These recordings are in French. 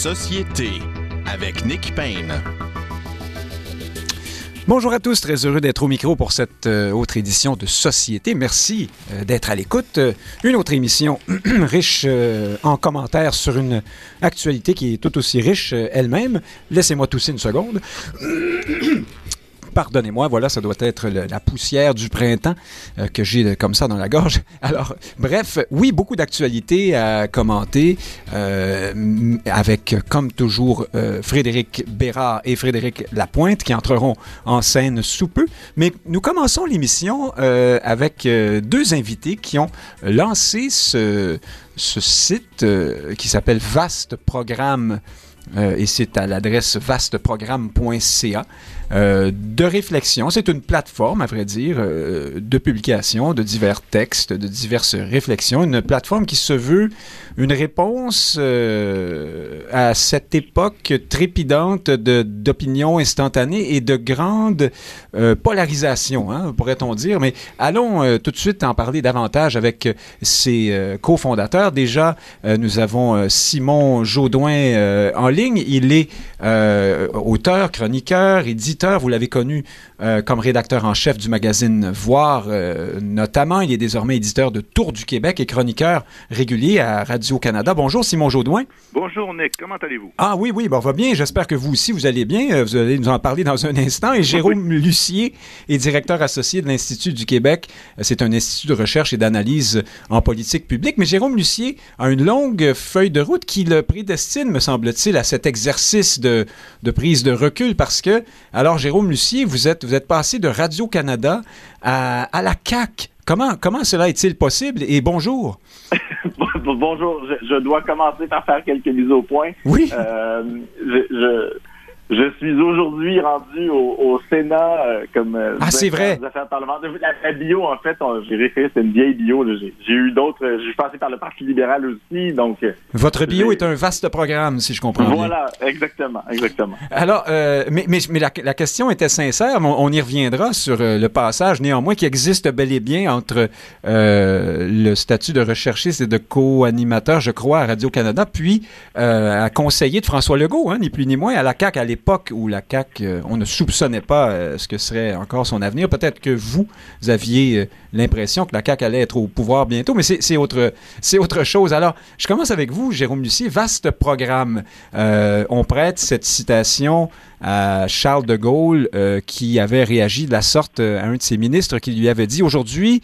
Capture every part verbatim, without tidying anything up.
Société avec Nick Payne. Bonjour à tous, très heureux d'être au micro pour cette euh, autre édition de Société. Merci euh, d'être à l'écoute. Euh, une autre émission riche euh, en commentaires sur une actualité qui est tout aussi riche euh, elle-même. Laissez-moi tousser une seconde. Pardonnez-moi, voilà, ça doit être le, la poussière du printemps euh, que j'ai comme ça dans la gorge. Alors, bref, oui, beaucoup d'actualités à commenter euh, avec, comme toujours, euh, Frédéric Bérard et Frédéric Lapointe qui entreront en scène sous peu. Mais nous commençons l'émission euh, avec euh, deux invités qui ont lancé ce, ce site euh, qui s'appelle Vaste Programme euh, et c'est à l'adresse vaste programme point c a. Euh, de réflexion. C'est une plateforme, à vrai dire, euh, de publication de divers textes, de diverses réflexions. Une plateforme qui se veut une réponse euh, à cette époque trépidante de, d'opinions instantanées et de grande euh, polarisation, hein, pourrait-on dire. Mais allons euh, tout de suite en parler davantage avec ses euh, cofondateurs. Déjà, euh, nous avons euh, Simon Jaudoin euh, en ligne. Il est euh, auteur, chroniqueur, éditeur. Vous l'avez connu euh, comme rédacteur en chef du magazine Voir, euh, notamment. Il est désormais éditeur de Tour du Québec et chroniqueur régulier à Radio-Canada. Bonjour, Simon Jaudoin. Bonjour, Nick. Comment allez-vous? Ah oui, oui, bon, va bien. J'espère que vous aussi, vous allez bien. Vous allez nous en parler dans un instant. Et Jérôme oui. Lucier est directeur associé de l'Institut du Québec. C'est un institut de recherche et d'analyse en politique publique. Mais Jérôme Lucier a une longue feuille de route qui le prédestine, me semble-t-il, à cet exercice de, de prise de recul parce que, alors, Jérôme Lucier, vous êtes, vous êtes passé de Radio-Canada à, à la C A Q. Comment, comment cela est-il possible? Et bonjour. Bonjour. Je, je dois commencer par faire quelques mises au point. Oui. Euh, je, je, je suis aujourd'hui rendu au, au Sénat euh, comme euh, ah, c'est vrai. Des affaires parlementaires. La, la bio, en fait, on, j'ai référé, c'est une vieille bio. Là, j'ai, j'ai eu d'autres. Je suis passé par le Parti libéral aussi. Donc, votre bio est un vaste programme, si je comprends bien. Voilà, exactement, exactement. Alors, euh, mais, mais, mais la, la question était sincère. On, on y reviendra sur euh, le passage, néanmoins, qui existe bel et bien entre euh, le statut de recherchiste et de co-animateur, je crois, à Radio-Canada, puis euh, à conseiller de François Legault, hein, ni plus ni moins, à la C A Q, à l'époque où la C A Q, euh, on ne soupçonnait pas euh, ce que serait encore son avenir. Peut-être que vous, vous aviez euh, l'impression que la C A Q allait être au pouvoir bientôt, mais c'est, c'est, autre, c'est autre chose. Alors, je commence avec vous, Jérôme Lucier. Vaste programme. Euh, on prête cette citation à Charles de Gaulle euh, qui avait réagi de la sorte à un de ses ministres qui lui avait dit « Aujourd'hui,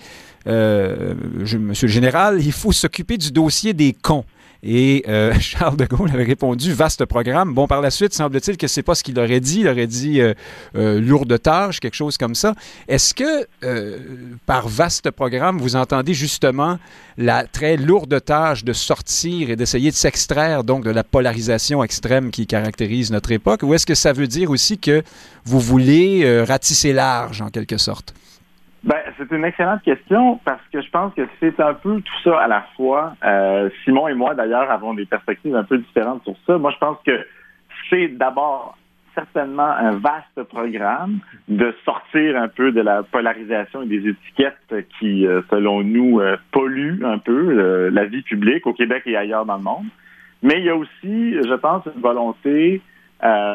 euh, je, Monsieur le Général, il faut s'occuper du dossier des cons. » Et euh, Charles de Gaulle avait répondu « Vaste programme ». Bon, par la suite, semble-t-il que c'est pas ce qu'il aurait dit. Il aurait dit euh, euh, « lourde tâche », quelque chose comme ça. Est-ce que, euh, par vaste programme, vous entendez justement la très lourde tâche de sortir et d'essayer de s'extraire donc de la polarisation extrême qui caractérise notre époque? Ou est-ce que ça veut dire aussi que vous voulez euh, ratisser large, en quelque sorte? Ben, c'est une excellente question parce que je pense que c'est un peu tout ça à la fois. Euh, Simon et moi, d'ailleurs, avons des perspectives un peu différentes sur ça. Moi, je pense que c'est d'abord certainement un vaste programme de sortir un peu de la polarisation et des étiquettes qui, euh, selon nous, euh, polluent un peu euh, la vie publique au Québec et ailleurs dans le monde. Mais il y a aussi, je pense, une volonté euh,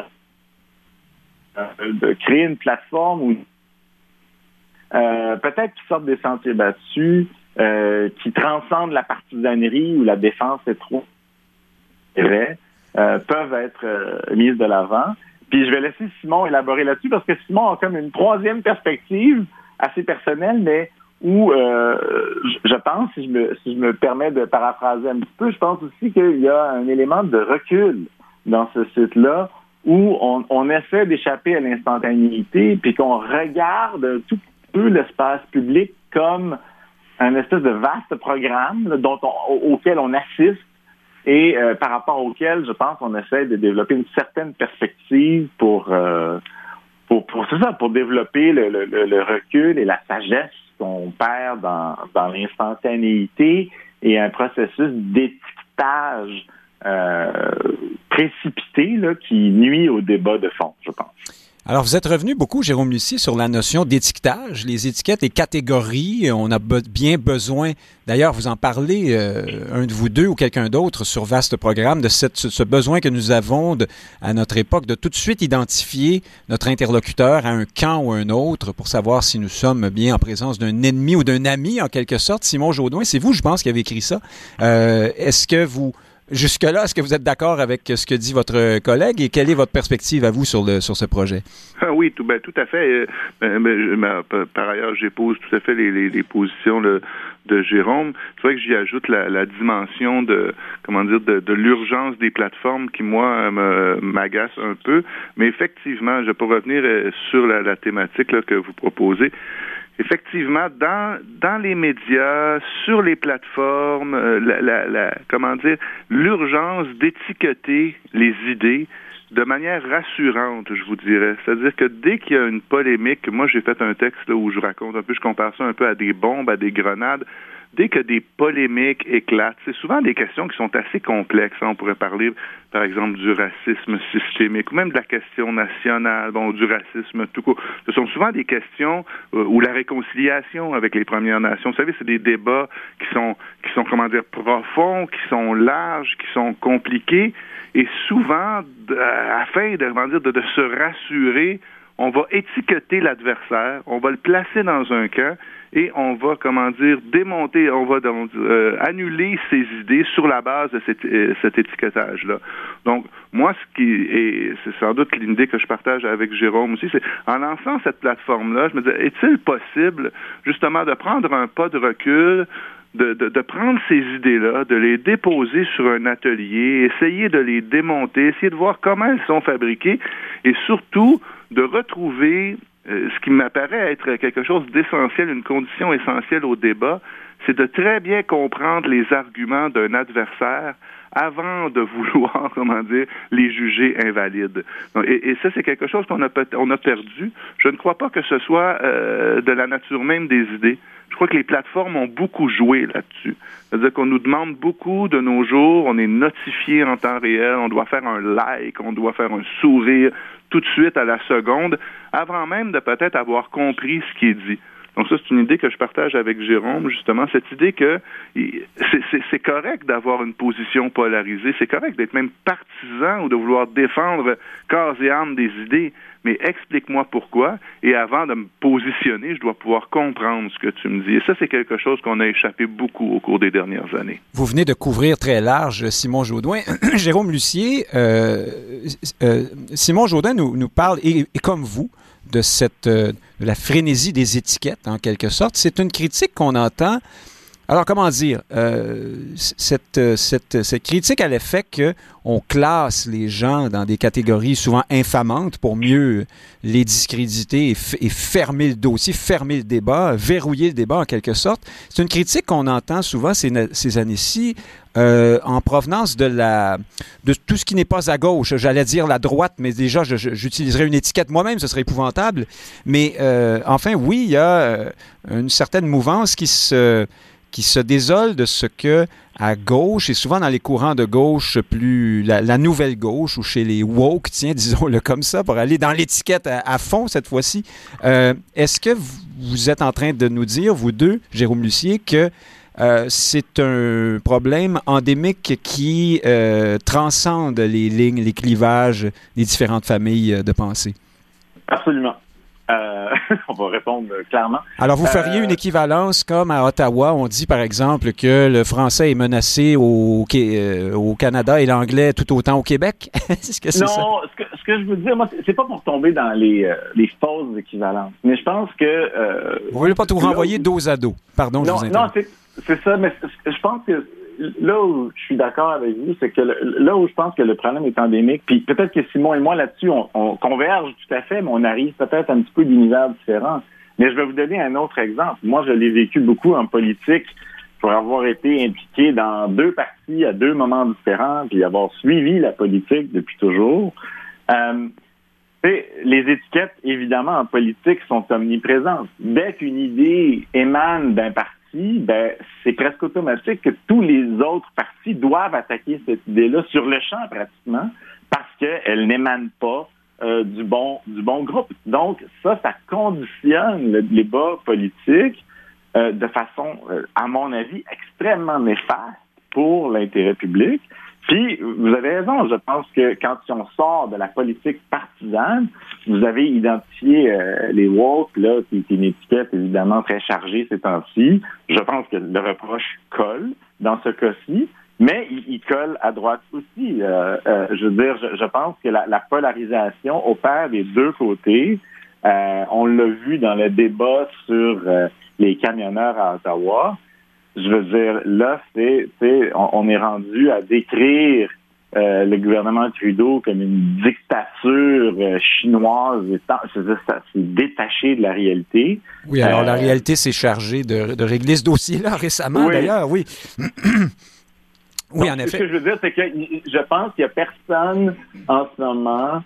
de créer une plateforme où Euh, peut-être qu'ils sortent des sentiers battus, euh, qui transcendent la partisanerie ou la défense est trop vrai, euh, peuvent être euh, mises de l'avant. Puis je vais laisser Simon élaborer là-dessus parce que Simon a comme une troisième perspective assez personnelle, mais où euh, je pense, si je, me, si je me permets de paraphraser un petit peu, je pense aussi qu'il y a un élément de recul dans ce site-là où on, on essaie d'échapper à l'instantanéité puis qu'on regarde un tout l'espace public comme un espèce de vaste programme là, dont on, auquel on assiste et euh, par rapport auquel, je pense, on essaie de développer une certaine perspective pour, euh, pour, pour c'est ça, pour développer le, le, le recul et la sagesse qu'on perd dans, dans l'instantanéité et un processus d'étiquetage euh, précipité là, qui nuit au débat de fond, je pense. Alors, vous êtes revenu beaucoup, Jérôme Lucier, sur la notion d'étiquetage, les étiquettes et catégories. On a be- bien besoin, d'ailleurs, vous en parlez, euh, un de vous deux ou quelqu'un d'autre sur Vaste Programme, de cette, ce besoin que nous avons de, à notre époque de tout de suite identifier notre interlocuteur à un camp ou un autre pour savoir si nous sommes bien en présence d'un ennemi ou d'un ami, en quelque sorte. Simon Jaudoin, c'est vous, je pense, qui avez écrit ça. Euh, est-ce que vous... Jusque-là, est-ce que vous êtes d'accord avec ce que dit votre collègue et quelle est votre perspective à vous sur le sur ce projet? Ah oui, tout, ben, tout à fait. Euh, ben, ben, par ailleurs, j'épouse tout à fait les, les, les positions de, de Jérôme. C'est vrai que j'y ajoute la, la dimension de comment dire de, de l'urgence des plateformes qui, moi, me, m'agace un peu. Mais effectivement, je peux revenir sur la, la thématique là, que vous proposez. Effectivement, dans dans les médias, sur les plateformes, euh, la, la, la comment dire, l'urgence d'étiqueter les idées de manière rassurante, je vous dirais. C'est-à-dire que dès qu'il y a une polémique, moi j'ai fait un texte là, où je raconte un peu, je compare ça un peu à des bombes, à des grenades. Dès que des polémiques éclatent, c'est souvent des questions qui sont assez complexes. On pourrait parler, par exemple, du racisme systémique ou même de la question nationale, bon, du racisme tout court. Ce sont souvent des questions euh, ou la réconciliation avec les Premières Nations. Vous savez, c'est des débats qui sont, qui sont, comment dire, profonds, qui sont larges, qui sont compliqués. Et souvent, de, afin de, comment dire, de, de se rassurer, on va étiqueter l'adversaire, on va le placer dans un camp et on va, comment dire, démonter, on va donc euh, annuler ses idées sur la base de cet, euh, cet étiquetage-là. Donc, moi, ce qui est, c'est sans doute l'idée que je partage avec Jérôme aussi, c'est en lançant cette plateforme-là, je me disais, est-il possible, justement, de prendre un pas de recul, De, de, de prendre ces idées-là, de les déposer sur un atelier, essayer de les démonter, essayer de voir comment elles sont fabriquées et surtout de retrouver euh, ce qui m'apparaît être quelque chose d'essentiel, une condition essentielle au débat, c'est de très bien comprendre les arguments d'un adversaire avant de vouloir, comment dire, les juger invalides. Et, et ça, c'est quelque chose qu'on a, on a perdu. Je ne crois pas que ce soit euh, de la nature même des idées. Je crois que les plateformes ont beaucoup joué là-dessus. C'est-à-dire qu'on nous demande beaucoup de nos jours, on est notifié en temps réel, on doit faire un like, on doit faire un sourire tout de suite à la seconde, avant même de peut-être avoir compris ce qui est dit. Donc ça, c'est une idée que je partage avec Jérôme, justement, cette idée que c'est, c'est, c'est correct d'avoir une position polarisée, c'est correct d'être même partisan ou de vouloir défendre corps et âme des idées, mais explique-moi pourquoi, et avant de me positionner, je dois pouvoir comprendre ce que tu me dis. Et ça, c'est quelque chose qu'on a échappé beaucoup au cours des dernières années. Vous venez de couvrir très large, Simon Jaudoin. Jérôme Lucier, euh, euh, Simon Jaudoin nous, nous parle, et, et comme vous, de cette euh, de la frénésie des étiquettes, en quelque sorte. C'est une critique qu'on entend. Alors, comment dire? Euh, cette, cette, cette critique a l'effet qu'on classe les gens dans des catégories souvent infamantes pour mieux les discréditer et, f- et fermer le dossier, fermer le débat, verrouiller le débat en quelque sorte. C'est une critique qu'on entend souvent ces, ces années-ci euh, en provenance de la de tout ce qui n'est pas à gauche. J'allais dire la droite, mais déjà, je, je, j'utiliserais une étiquette moi-même, ce serait épouvantable. Mais euh, enfin, oui, il y a euh, une certaine mouvance qui se... qui se désole de ce que, à gauche, et souvent dans les courants de gauche plus, la, la nouvelle gauche, ou chez les woke, tiens, disons-le comme ça, pour aller dans l'étiquette à, à fond cette fois-ci, euh, est-ce que vous êtes en train de nous dire, vous deux, Jérôme Lucier, que euh, c'est un problème endémique qui euh, transcende les lignes, les clivages des différentes familles de pensée? Absolument. Euh, on va répondre clairement. Alors, vous feriez euh, une équivalence comme à Ottawa, on dit par exemple que le français est menacé au, euh, au Canada et l'anglais tout autant au Québec? Est-ce que c'est non, ça? Ce, que, ce que je veux dire, moi, c'est pas pour tomber dans les, euh, les fausses équivalences, mais je pense que... Euh, vous voulez pas tout renvoyer dos à dos? Pardon, non, je vous interromps. Non, c'est, c'est ça, mais je pense que là où je suis d'accord avec vous, c'est que le, là où je pense que le problème est endémique, puis peut-être que Simon et moi là-dessus, on, on converge tout à fait, mais on arrive peut-être à un petit peu d'univers différents. Mais je vais vous donner un autre exemple. Moi, je l'ai vécu beaucoup en politique pour avoir été impliqué dans deux partis à deux moments différents, puis avoir suivi la politique depuis toujours. Euh, les étiquettes, évidemment, en politique, sont omniprésentes. Dès qu'une idée émane d'un parti, ben, c'est presque automatique que tous les autres partis doivent attaquer cette idée-là sur le champ pratiquement parce qu'elle n'émane pas euh, du bon du bon groupe. Donc, ça, ça conditionne le débat politique euh, de façon, euh, à mon avis, extrêmement néfaste pour l'intérêt public. Puis, vous avez raison, je pense que quand on sort de la politique partisane, vous avez identifié euh, les woke, là, qui est une étiquette évidemment très chargée ces temps-ci. Je pense que le reproche colle dans ce cas-ci, mais il, il colle à droite aussi. Euh, euh, je veux dire, je, je pense que la, la polarisation opère des deux côtés. Euh, on l'a vu dans le débat sur euh, les camionneurs à Ottawa. Je veux dire, là, c'est, c'est on, on est rendu à décrire euh, le gouvernement Trudeau comme une dictature euh, chinoise. Et tant, je veux dire, ça s'est détaché de la réalité. Oui, alors euh, la réalité s'est chargée de, de régler ce dossier-là récemment, oui. d'ailleurs, oui. Oui, Donc, en effet. Ce que je veux dire, c'est que je pense qu'il n'y a personne en ce moment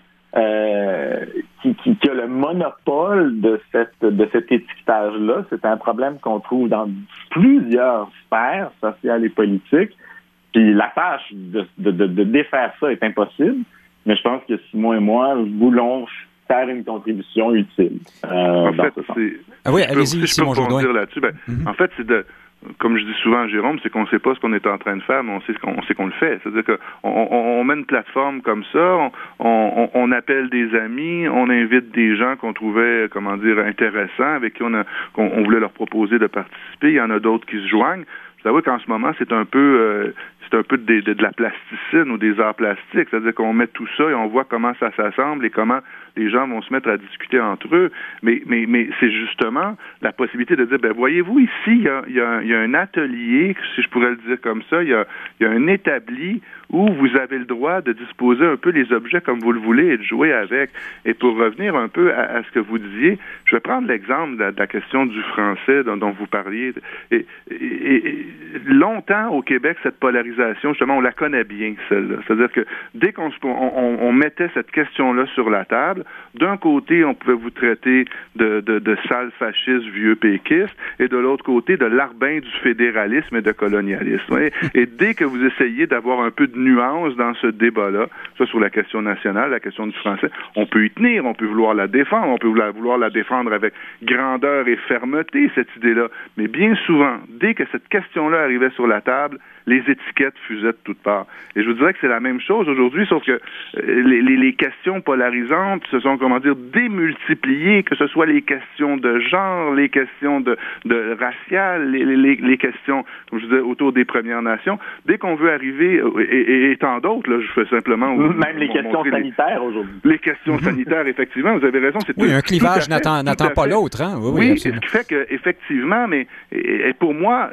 euh, qui, qui, qui a le monopole de cette de cet étiquetage-là. C'est un problème qu'on trouve dans plusieurs sphères sociales et politiques. Puis la tâche de, de, de, de défaire ça est impossible. Mais je pense que Simon et moi voulons faire une contribution utile. Euh, en fait, c'est... Ah oui, je allez-y, peux, Simon je peux Jourdain. dire là-dessus. Ben, Mm-hmm. En fait, c'est de... Comme je dis souvent à Jérôme, c'est qu'on ne sait pas ce qu'on est en train de faire, mais on sait qu'on, on sait qu'on le fait. C'est-à-dire qu'on on, on met une plateforme comme ça, on, on, on appelle des amis, on invite des gens qu'on trouvait, comment dire, intéressants, avec qui on, a, qu'on on voulait leur proposer de participer. Il y en a d'autres qui se joignent. Je t'avoue qu'en ce moment, c'est un peu... Euh, c'est un peu de, de, de la plasticine ou des arts plastiques. C'est-à-dire qu'on met tout ça et on voit comment ça s'assemble et comment les gens vont se mettre à discuter entre eux. Mais, mais, mais c'est justement la possibilité de dire, ben voyez-vous, ici, il y a, il y a, il y a un atelier, si je pourrais le dire comme ça, il y a, il y a un établi où vous avez le droit de disposer un peu les objets comme vous le voulez et de jouer avec. Et pour revenir un peu à, à ce que vous disiez, je vais prendre l'exemple de la, de la question du français dont, dont vous parliez. Et, et, et longtemps, au Québec, cette polarisation, justement, on la connaît bien, celle-là. C'est-à-dire que dès qu'on on, on, on mettait cette question-là sur la table, d'un côté, on pouvait vous traiter de, de, de sale fasciste, vieux péquiste, et de l'autre côté, de larbin du fédéralisme et de colonialisme. Et, et dès que vous essayez d'avoir un peu de nuance dans ce débat-là, soit sur la question nationale, la question du français, on peut y tenir, on peut vouloir la défendre, on peut vouloir la défendre avec grandeur et fermeté, cette idée-là. Mais bien souvent, dès que cette question-là arrivait sur la table, les étiquettes fusaient de toutes parts. Et je vous dirais que c'est la même chose aujourd'hui, sauf que les, les, les questions polarisantes se sont, comment dire, démultipliées, que ce soit les questions de genre, les questions de, de raciales, les, les, les questions, comme je disais, autour des Premières Nations. Dès qu'on veut arriver, et, et, et tant d'autres, là, je fais simplement... Même les questions sanitaires les, aujourd'hui. Les questions sanitaires, effectivement, vous avez raison. C'est oui, tout, un clivage fait, n'attend, n'attend pas l'autre. Hein? Oui, oui, oui, ce qui fait qu'effectivement, mais et, et pour moi,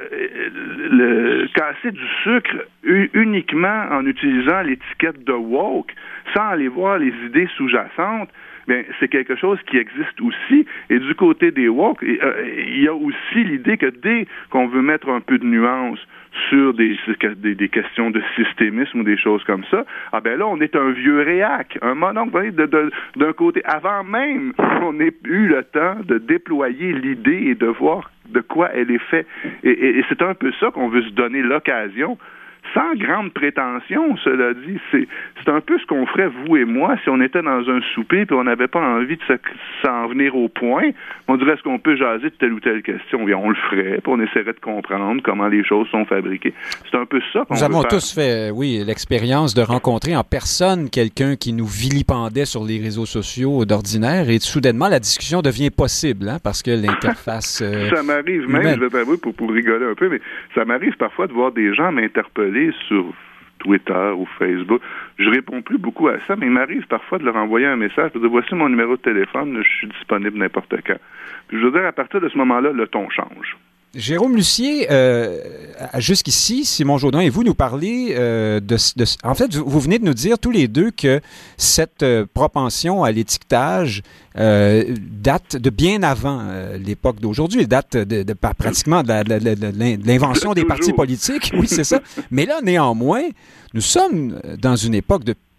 le casser du sucre uniquement en utilisant l'étiquette de woke, sans aller voir les idées sous-jacentes, bien, c'est quelque chose qui existe aussi. Et du côté des woke, il y a aussi l'idée que dès qu'on veut mettre un peu de nuance sur des, des, des questions de systémisme ou des choses comme ça, ah ben là, on est un vieux réac, un mononcle, vous voyez, de, de, d'un côté, avant même qu'on ait eu le temps de déployer l'idée et de voir de quoi elle est faite. Et, et, et c'est un peu ça qu'on veut se donner l'occasion, sans grande prétention, cela dit. C'est, c'est un peu ce qu'on ferait, vous et moi, si on était dans un souper et on n'avait pas envie de se, s'en venir au point. On dirait, est-ce qu'on peut jaser de telle ou telle question? Bien, on le ferait, puis on essaierait de comprendre comment les choses sont fabriquées. C'est un peu ça qu'on Nous veut avons faire. tous fait, oui, l'expérience de rencontrer en personne quelqu'un qui nous vilipendait sur les réseaux sociaux d'ordinaire et soudainement, la discussion devient possible, hein, parce que l'interface euh, Ça m'arrive même, humaine. je vais t'avouer pour, pour rigoler un peu, mais ça m'arrive parfois de voir des gens m'interpeller sur Twitter ou Facebook. Je réponds plus beaucoup à ça, mais il m'arrive parfois de leur envoyer un message, de dire, voici mon numéro de téléphone, je suis disponible n'importe quand. Puis je veux dire, à partir de ce moment-là, le ton change. Jérôme Lucier, euh, jusqu'ici, Simon Jourdain et vous nous parlez euh, de, de... En fait, vous venez de nous dire tous les deux que cette euh, propension à l'étiquetage euh, date de bien avant euh, l'époque d'aujourd'hui, date de, de, de pratiquement de, la, de, de, de l'invention des partis politiques. Oui, c'est ça. Mais là, néanmoins, nous sommes dans une époque de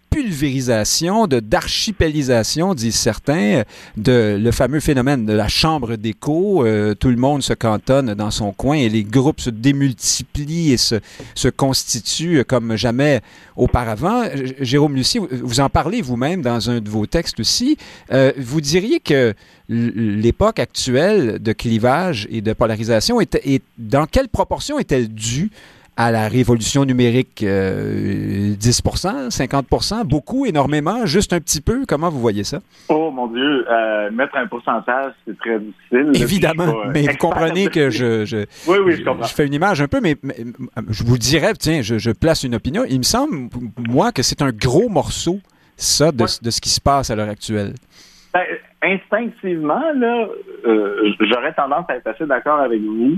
pulvérisation, de d'archipélisation, disent certains, de le fameux phénomène de la chambre d'écho. Euh, tout le monde se cantonne dans son coin et les groupes se démultiplient et se, se constituent comme jamais auparavant. J- Jérôme Lucier, vous en parlez vous-même dans un de vos textes aussi. Euh, vous diriez que l'époque actuelle de clivage et de polarisation, est, est, dans quelle proportion est-elle due à la révolution numérique? euh, dix pour cent, cinquante pour cent, beaucoup, énormément, juste un petit peu? Comment vous voyez ça? Oh mon Dieu, euh, mettre un pourcentage, c'est très difficile. Évidemment, Là, mais vous comprenez que je, je, oui, oui, je, je, comprends. je fais une image un peu, mais, mais je vous dirais, tiens, je, je place une opinion. Il me semble, moi, que c'est un gros morceau, ça, de, ouais. de ce qui se passe à l'heure actuelle. Ben, instinctivement, là, euh, j'aurais tendance à être assez d'accord avec vous.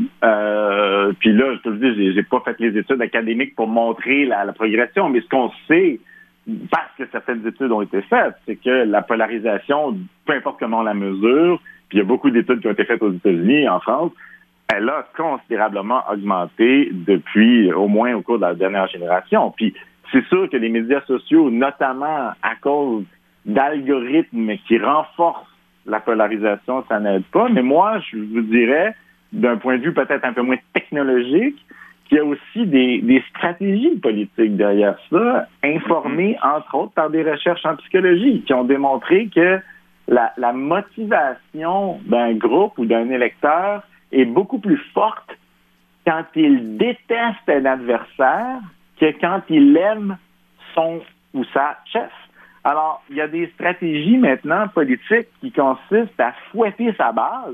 Euh, puis là, je te le dis, j'ai, j'ai pas fait les études académiques pour montrer la, la progression, mais ce qu'on sait, parce que certaines études ont été faites, c'est que la polarisation, peu importe comment on la mesure, puis il y a beaucoup d'études qui ont été faites aux États-Unis et en France, elle a considérablement augmenté depuis, au moins au cours de la dernière génération. Puis c'est sûr que les médias sociaux, notamment à cause d'algorithmes qui renforcent la polarisation, ça n'aide pas. Mais moi, je vous dirais, d'un point de vue peut-être un peu moins technologique, qu'il y a aussi des, des stratégies politiques derrière ça, informées, entre autres, par des recherches en psychologie, qui ont démontré que la, la motivation d'un groupe ou d'un électeur est beaucoup plus forte quand il déteste un adversaire que quand il aime son ou sa chef. Alors, il y a des stratégies maintenant politiques qui consistent à fouetter sa base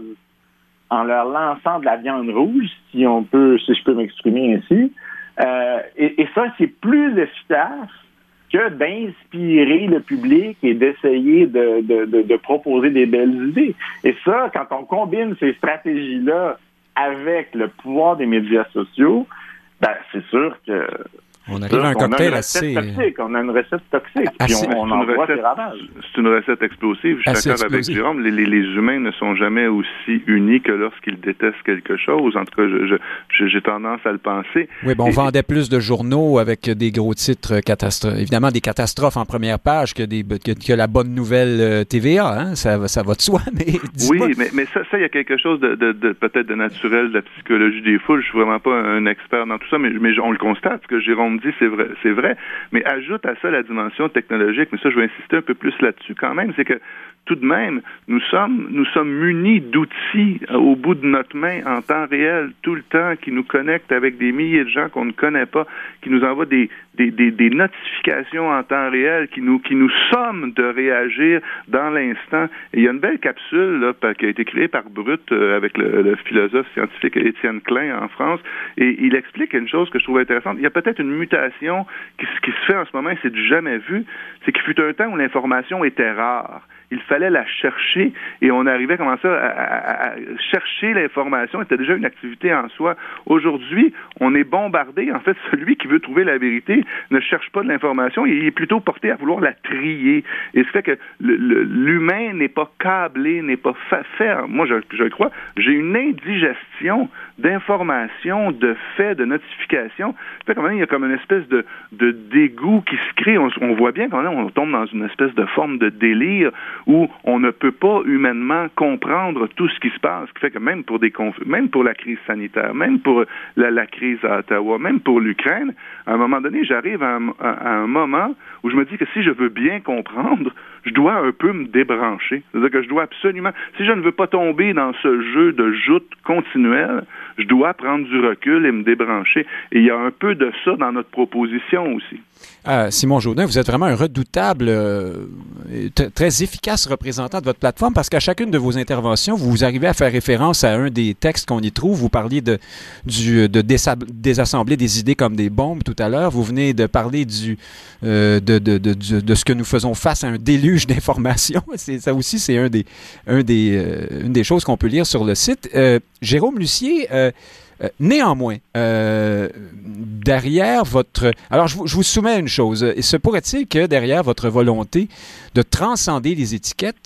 en leur lançant de la viande rouge, si on peut, si je peux m'exprimer ainsi. Euh, et, et ça, c'est plus efficace que d'inspirer le public et d'essayer de, de, de, de proposer des belles idées. Et ça, quand on combine ces stratégies-là avec le pouvoir des médias sociaux, ben, c'est sûr que on arrive à un cocktail assez... Toxique. On a une recette toxique, assez... puis on, on en voit ses ravages. C'est une recette explosive. Je suis d'accord avec Jérôme. Les, les, les humains ne sont jamais aussi unis que lorsqu'ils détestent quelque chose. En tout cas, je, je, j'ai tendance à le penser. Oui, bon, on Et... vendait plus de journaux avec des gros titres catastrophes. Évidemment, des catastrophes en première page que, des, que, que la bonne nouvelle T V A. Hein? Ça, ça va de soi, mais oui, mais, mais ça, ça, il y a quelque chose de, de, de peut-être de naturel de la psychologie des foules. Je suis vraiment pas un expert dans tout ça, mais, mais on le constate, ce que Jérôme dit, c'est vrai, c'est vrai, mais ajoute à ça la dimension technologique, mais ça, je vais insister un peu plus là-dessus quand même, c'est que tout de même, nous sommes, nous sommes munis d'outils au bout de notre main en temps réel, tout le temps, qui nous connectent avec des milliers de gens qu'on ne connaît pas, qui nous envoient des, des, des, des notifications en temps réel, qui nous, qui nous somment de réagir dans l'instant. Et il y a une belle capsule là, qui a été créée par Brut euh, avec le, le philosophe scientifique Étienne Klein en France, et il explique une chose que je trouve intéressante. Il y a peut-être une mutation qui, qui se fait en ce moment, et c'est du jamais vu, c'est qu'il fut un temps où l'information était rare. Il fallait la chercher et on arrivait comment ça à, à, à chercher l'information. C'était déjà une activité en soi. Aujourd'hui, on est bombardé. En fait, celui qui veut trouver la vérité ne cherche pas de l'information. Il est plutôt porté à vouloir la trier. Et ce fait que le, le, l'humain n'est pas câblé, n'est pas fa- fait. Moi, je, je crois, j'ai une indigestion d'informations, de faits, de notifications. Fait quand même, il y a comme une espèce de, de dégoût qui se crée. On, on voit bien quand même, on tombe dans une espèce de forme de délire où on ne peut pas humainement comprendre tout ce qui se passe, ce qui fait que même pour des conf... même pour la crise sanitaire, même pour la, la crise à Ottawa, même pour l'Ukraine, à un moment donné, j'arrive à un, à un moment où je me dis que si je veux bien comprendre, je dois un peu me débrancher. C'est-à-dire que je dois absolument, si je ne veux pas tomber dans ce jeu de joute continuelle, je dois prendre du recul et me débrancher. Et il y a un peu de ça dans notre proposition aussi. Euh, Simon Jaudoin, vous êtes vraiment un redoutable, euh, t- très efficace représentant de votre plateforme parce qu'à chacune de vos interventions, vous arrivez à faire référence à un des textes qu'on y trouve. Vous parliez de, du, de désab- désassembler des idées comme des bombes tout à l'heure. Vous venez de parler du, euh, de, de, de, de, de ce que nous faisons face à un déluge d'informations. C'est, ça aussi, c'est un des, un des, euh, une des choses qu'on peut lire sur le site. Euh, Jérôme Lucier, euh, Euh, néanmoins, euh, derrière votre... Alors, je vous, je vous soumets une chose. Se pourrait-il que derrière votre volonté de transcender les étiquettes,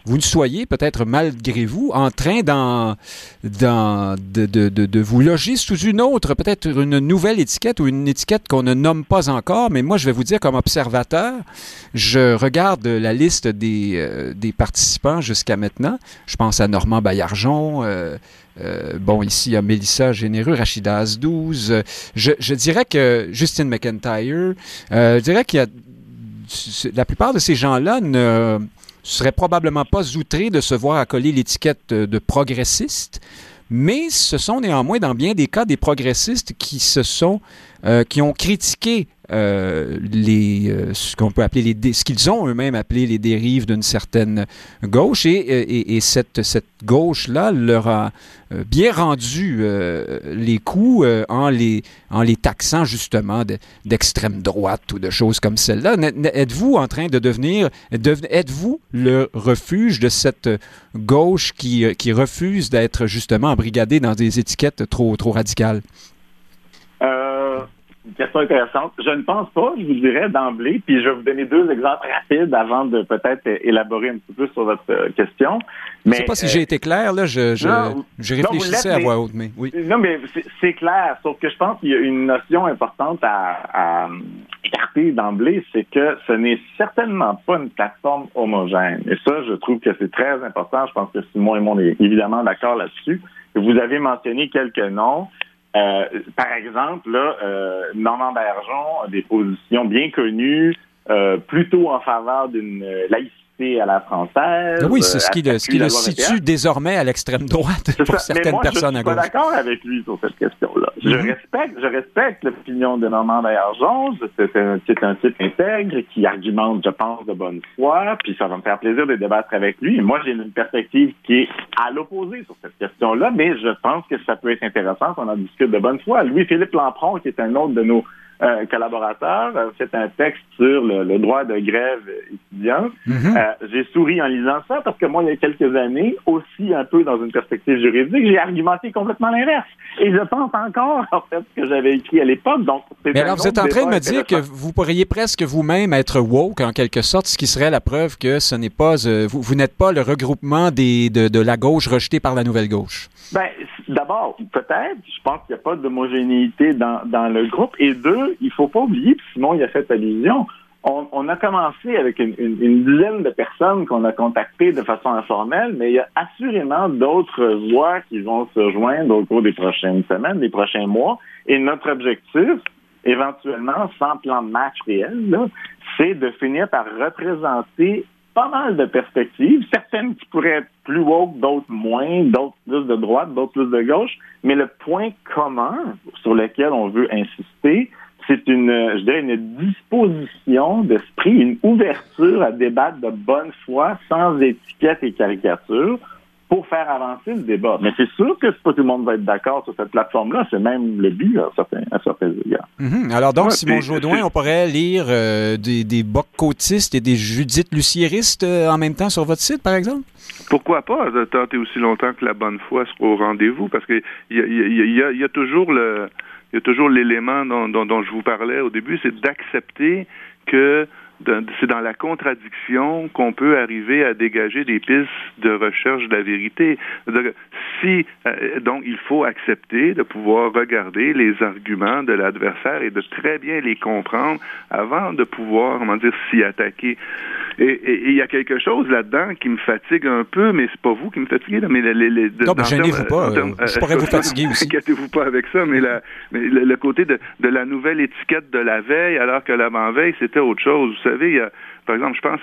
vous ne soyez peut-être malgré vous en train d'en, d'en, de, de, de, de vous loger sous une autre, peut-être une nouvelle étiquette ou une étiquette qu'on ne nomme pas encore. Mais moi, je vais vous dire, comme observateur, je regarde la liste des, euh, des participants jusqu'à maintenant. Je pense à Normand Baillargeon, euh, Euh, bon, ici, il y a Mélissa Généreux, Rachida Azdouz. Je, je dirais que Justine McIntyre, euh, je dirais qu'il y a la plupart de ces gens-là ne seraient probablement pas outrés de se voir accoler l'étiquette de progressiste, mais ce sont néanmoins, dans bien des cas, des progressistes qui se sont, euh, qui ont critiqué Euh, les, euh, ce qu'on peut appeler les dé- ce qu'ils ont eux-mêmes appelé les dérives d'une certaine gauche, et, et, et cette, cette gauche-là leur a euh, bien rendu euh, les coups euh, en, les, en les taxant justement de, d'extrême droite ou de choses comme celle-là. N- êtes-vous en train de devenir, de, êtes-vous le refuge de cette gauche qui, qui refuse d'être justement embrigadée dans des étiquettes trop, trop radicales? Euh... Une question intéressante. Je ne pense pas, je vous dirais d'emblée, puis je vais vous donner deux exemples rapides avant de peut-être élaborer un petit peu sur votre euh, question. Mais, je ne sais pas si euh, j'ai été clair, là, je, je, non, je réfléchissais non, à voix haute, mais oui. Non, mais c'est, c'est clair, sauf que je pense qu'il y a une notion importante à, à écarter d'emblée, c'est que ce n'est certainement pas une plateforme homogène. Et ça, je trouve que c'est très important. Je pense que Simon et moi, on est évidemment d'accord là-dessus. Vous avez mentionné quelques noms. Euh, par exemple, là, euh, Normand Baillargeon a des positions bien connues, euh, plutôt en faveur d'une laïcité à la française. Oui, c'est ce qui le, ce qui le situe désormais à l'extrême droite c'est pour ça. certaines moi, personnes à gauche. Je suis pas d'accord avec lui sur cette question-là. Mm-hmm. Je respecte, je respecte l'opinion de Normand Baillargeon. C'est un, c'est un type intègre qui argumente, je pense, de bonne foi. Puis ça va me faire plaisir de débattre avec lui. Et moi, j'ai une perspective qui est à l'opposé sur cette question-là, mais je pense que ça peut être intéressant qu'on en discute de bonne foi. Louis-Philippe Lampron, qui est un autre de nos Euh, collaborateur, a fait un texte sur le, le droit de grève étudiant. Mm-hmm. Euh, j'ai souri en lisant ça parce que moi, il y a quelques années, aussi un peu dans une perspective juridique, j'ai argumenté complètement l'inverse. Et je pense encore, en fait, ce que j'avais écrit à l'époque. Donc, c'est Mais alors, vous êtes en train de me dire que vous pourriez presque vous-même être woke, en quelque sorte, ce qui serait la preuve que ce n'est pas, euh, vous, vous n'êtes pas le regroupement des, de, de la gauche rejetée par la nouvelle gauche. Ben, d'abord, peut-être, je pense qu'il n'y a pas d'homogénéité dans, dans le groupe. Et deux, il ne faut pas oublier, puis Simon y a fait allusion, on, on a commencé avec une, une, une dizaine de personnes qu'on a contactées de façon informelle, mais il y a assurément d'autres voix qui vont se joindre au cours des prochaines semaines, des prochains mois. Et notre objectif, éventuellement, sans plan de match réel, là, c'est de finir par représenter pas mal de perspectives, certaines qui pourraient être plus woke, d'autres moins, d'autres plus de droite, d'autres plus de gauche, mais le point commun sur lequel on veut insister, c'est une, je dirais, une disposition d'esprit, une ouverture à débattre de bonne foi, sans étiquette et caricature, pour faire avancer le débat. Mais c'est sûr que pas tout le monde va être d'accord sur cette plateforme-là. C'est même le but à certains, à certains égards. Mm-hmm. Alors donc, ouais, Simon puis, Jaudoin, on pourrait lire euh, des, des boc-côtistes et des Judith Luciéristes euh, en même temps sur votre site, par exemple? Pourquoi pas tenter aussi longtemps que la bonne foi soit au rendez-vous? Parce qu'il y a, y, a, y, a, y a toujours le... Il y a toujours l'élément dont, dont, dont je vous parlais au début, c'est d'accepter que de, c'est dans la contradiction qu'on peut arriver à dégager des pistes de recherche de la vérité. De, si euh, donc il faut accepter de pouvoir regarder les arguments de l'adversaire et de très bien les comprendre avant de pouvoir, comment dire, s'y attaquer. Et il y a quelque chose là-dedans qui me fatigue un peu, mais c'est pas vous qui me fatiguez, là, mais les, les, les non, mais gênez-vous pas. Termes, euh, je pourrais vous fatiguer aussi. Inquiétez-vous pas avec ça, mais, la, mais le, le côté de, de la nouvelle étiquette de la veille, alors que l'avant-veille, c'était autre chose. Vous savez, il y a, par exemple, je pense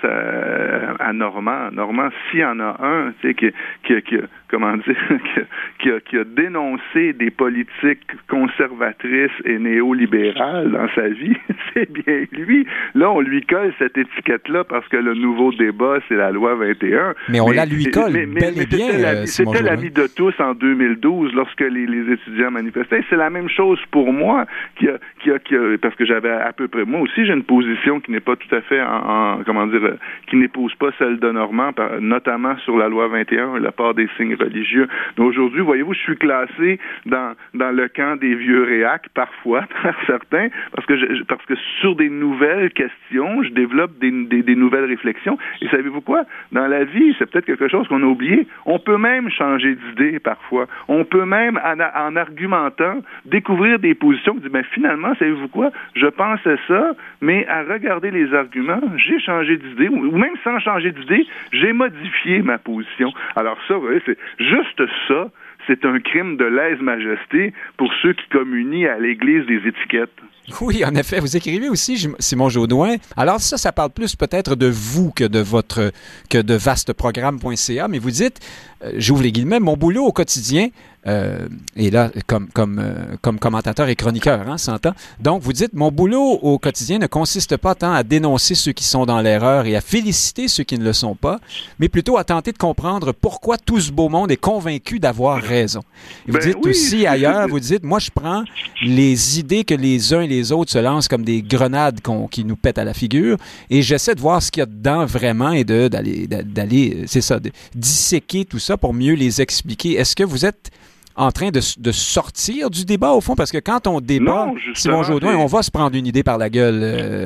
à, à Normand. Normand, s'il y en a un, tu sais, qui, qui, qui, comment dire, qui a, qui a dénoncé des politiques conservatrices et néolibérales dans sa vie, c'est bien lui. Là, on lui colle cette étiquette-là parce que le nouveau débat, c'est la loi vingt et un. Mais on mais, la lui colle mais, mais, bel et bien, C'était, la, euh, c'était l'avis de tous en deux mille douze, lorsque les, les étudiants manifestaient. C'est la même chose pour moi, qui a, qui a, qui a, parce que j'avais à peu près... Moi aussi, j'ai une position qui n'est pas tout à fait en... en comment dire, qui n'épouse pas celle de Normand, notamment sur la loi vingt et un, le port des signes religieux. Mais aujourd'hui, voyez-vous, je suis classé dans dans le camp des vieux réacs parfois, par certains, parce que je, parce que sur des nouvelles questions, je développe des, des, des nouvelles réflexions. Et savez-vous quoi? Dans la vie, c'est peut-être quelque chose qu'on a oublié. On peut même changer d'idée parfois. On peut même, en, en argumentant, découvrir des positions qui disent, ben finalement, savez-vous quoi? Je pensais ça, mais à regarder les arguments, j'ai changé d'idée, ou même sans changer d'idée, j'ai modifié ma position. Alors ça, vous voyez, c'est juste ça, c'est un crime de lèse-majesté pour ceux qui communient à l'Église des étiquettes. Oui, en effet. Vous écrivez aussi, Simon Jaudoin. Alors ça, ça parle plus peut-être de vous que de votre que de vasteprogramme point c a, mais vous dites, euh, j'ouvre les guillemets, mon boulot au quotidien, euh, et là, comme comme euh, comme commentateur et chroniqueur, hein, s'entend. Donc, vous dites, mon boulot au quotidien ne consiste pas tant à dénoncer ceux qui sont dans l'erreur et à féliciter ceux qui ne le sont pas, mais plutôt à tenter de comprendre pourquoi tout ce beau monde est convaincu d'avoir raison. Et vous ben dites oui. aussi ailleurs, vous dites, moi, je prends les idées que les uns et les autres se lancent comme des grenades qu'on, qui nous pètent à la figure, et j'essaie de voir ce qu'il y a dedans vraiment et de, d'aller, d'aller, c'est ça, de disséquer tout ça pour mieux les expliquer. Est-ce que vous êtes en train de, de sortir du débat, au fond? Parce que quand on débat, Simon Jaudoin, on va se prendre une idée par la gueule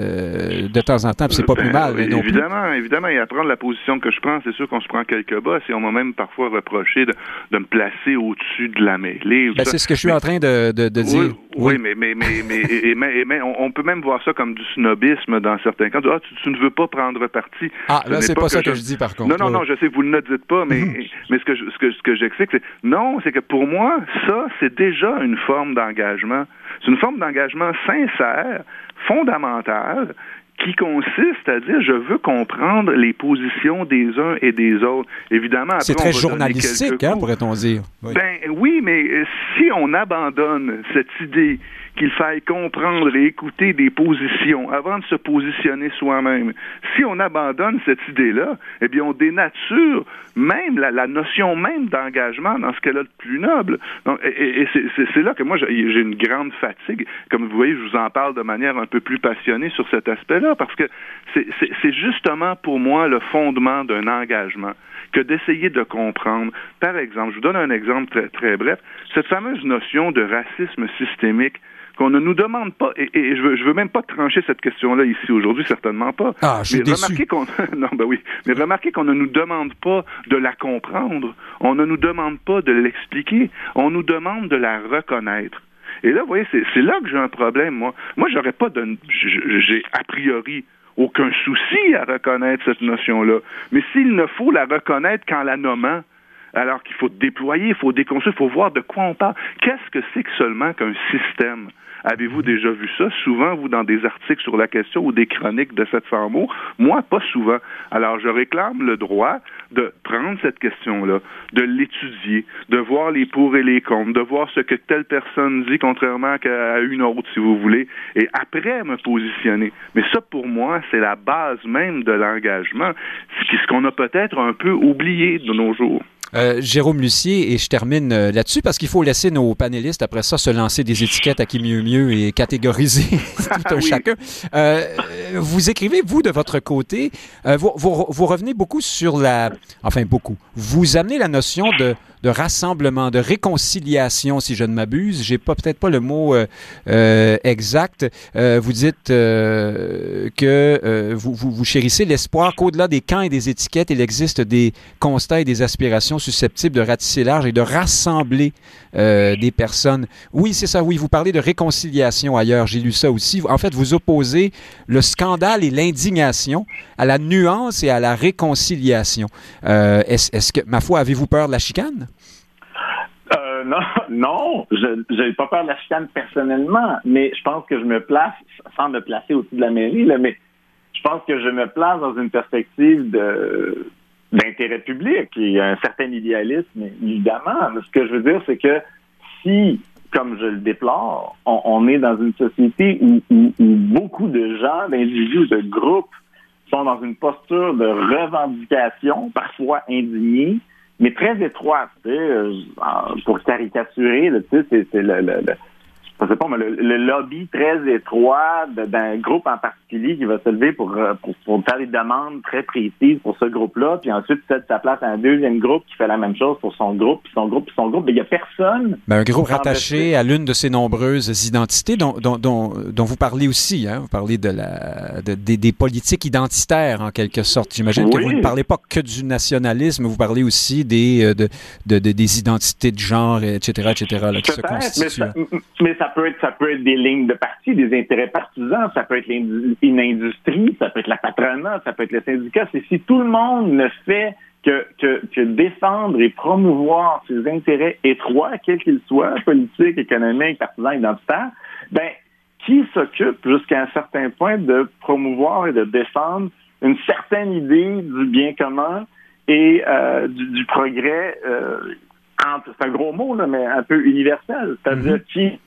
euh, de temps en temps, puis c'est pas ben, plus mal. Oui, non évidemment, plus. évidemment, et à prendre la position que je prends, c'est sûr qu'on se prend quelques bosses, et on m'a même parfois reproché de, de me placer au-dessus de la mêlée. Ben, c'est ce que je suis mais, en train de, de, de dire. Oui, oui, oui mais, mais, mais, mais, et, et, mais, et, mais on, on peut même voir ça comme du snobisme dans certains cas. Ah, tu, tu ne veux pas prendre parti. Ah, là, c'est pas, pas ça que je... que je dis, par contre. Non, non, non, je sais que vous ne le dites pas, mais, mais ce que, je, ce que, ce que j'explique, c'est non, c'est que pour moi, ça, c'est déjà une forme d'engagement. C'est une forme d'engagement sincère, fondamentale, qui consiste à dire, je veux comprendre les positions des uns et des autres. Évidemment, après, c'est très journalistique, hein, pourrait-on dire. Oui. Ben oui, mais si on abandonne cette idée qu'il faille comprendre et écouter des positions avant de se positionner soi-même, si on abandonne cette idée-là, eh bien, on dénature même la, la notion même d'engagement dans ce qu'elle a de plus noble. Donc, et, et c'est, c'est, c'est là que moi, j'ai, j'ai une grande fatigue. Comme vous voyez, je vous en parle de manière un peu plus passionnée sur cet aspect-là, parce que c'est, c'est, c'est justement pour moi le fondement d'un engagement que d'essayer de comprendre. Par exemple, je vous donne un exemple très, très bref, cette fameuse notion de racisme systémique qu'on ne nous demande pas, et, et je veux, je veux même pas trancher cette question-là ici aujourd'hui, certainement pas. Ah, je suis mais déçu. remarquez qu'on, non, ben oui, mais remarquez qu'on ne nous demande pas de la comprendre, on ne nous demande pas de l'expliquer, on nous demande de la reconnaître. Et là, vous voyez, c'est, c'est là que j'ai un problème, moi. Moi, j'aurais pas de, j'ai a priori aucun souci à reconnaître cette notion-là. Mais s'il ne faut la reconnaître qu'en la nommant, alors qu'il faut déployer, il faut déconstruire, il faut voir de quoi on parle. Qu'est-ce que c'est que seulement qu'un système? Avez-vous déjà vu ça? Souvent, vous, dans des articles sur la question ou des chroniques de sept cents mots, moi, pas souvent. Alors, je réclame le droit de prendre cette question-là, de l'étudier, de voir les pour et les contre, de voir ce que telle personne dit, contrairement à une autre, si vous voulez, et après me positionner. Mais ça, pour moi, c'est la base même de l'engagement, ce qu'on a peut-être un peu oublié de nos jours. Euh, Jérôme Lucier, et je termine euh, là-dessus parce qu'il faut laisser nos panélistes après ça se lancer des étiquettes à qui mieux mieux et catégoriser tout un oui. chacun. Euh, vous écrivez, vous, de votre côté, euh, vous, vous, vous revenez beaucoup sur la... Enfin, beaucoup. Vous amenez la notion de, de rassemblement, de réconciliation, si je ne m'abuse. J'ai pas peut-être pas le mot euh, euh, exact. Euh, vous dites euh, que euh, vous, vous, vous chérissez l'espoir qu'au-delà des camps et des étiquettes, il existe des constats et des aspirations susceptibles de ratisser large et de rassembler euh, des personnes. Oui, c'est ça, oui, vous parlez de réconciliation ailleurs, j'ai lu ça aussi. En fait, vous opposez le scandale et l'indignation à la nuance et à la réconciliation. Euh, est-ce, est-ce que, ma foi, avez-vous peur de la chicane? Euh, non, non, je n'ai pas peur de la chicane personnellement, mais je pense que je me place, sans me placer au-dessus de la mairie, là, mais je pense que je me place dans une perspective de... d'intérêt public et un certain idéalisme, évidemment. Mais ce que je veux dire, c'est que si, comme je le déplore, on, on est dans une société où, où, où beaucoup de gens, d'individus, de groupes sont dans une posture de revendication, parfois indignée, mais très étroite. Tu sais, pour caricaturer, là, tu sais, c'est, c'est le, le, le je sais pas, mais le, le lobby très étroit de, d'un groupe en particulier qui va se lever pour, pour, pour faire des demandes très précises pour ce groupe-là, puis ensuite cède sa place à un deuxième groupe qui fait la même chose pour son groupe, puis son groupe, puis son groupe. Mais il n'y a personne. Ben, un groupe rattaché à l'une de ces nombreuses identités dont, dont, dont, dont vous parlez aussi. Hein? Vous parlez de la, de, des, des politiques identitaires, en quelque sorte. J'imagine oui. que vous ne parlez pas que du nationalisme, vous parlez aussi des, de, de, de, des identités de genre, et cetera, et cetera, là, qui se constituent. Mais ça, mais ça peut être, ça peut être des lignes de parti, des intérêts partisans, ça peut être une industrie, ça peut être la patronat, ça peut être le syndicat. C'est si tout le monde ne fait que, que, que défendre et promouvoir ses intérêts étroits, quels qu'ils soient, politiques, économiques, partisans, identitaires, ben, qui s'occupe jusqu'à un certain point de promouvoir et de défendre une certaine idée du bien commun et euh, du, du progrès, euh, entre, c'est un gros mot, là, mais un peu universel. C'est-à-dire mm-hmm. qui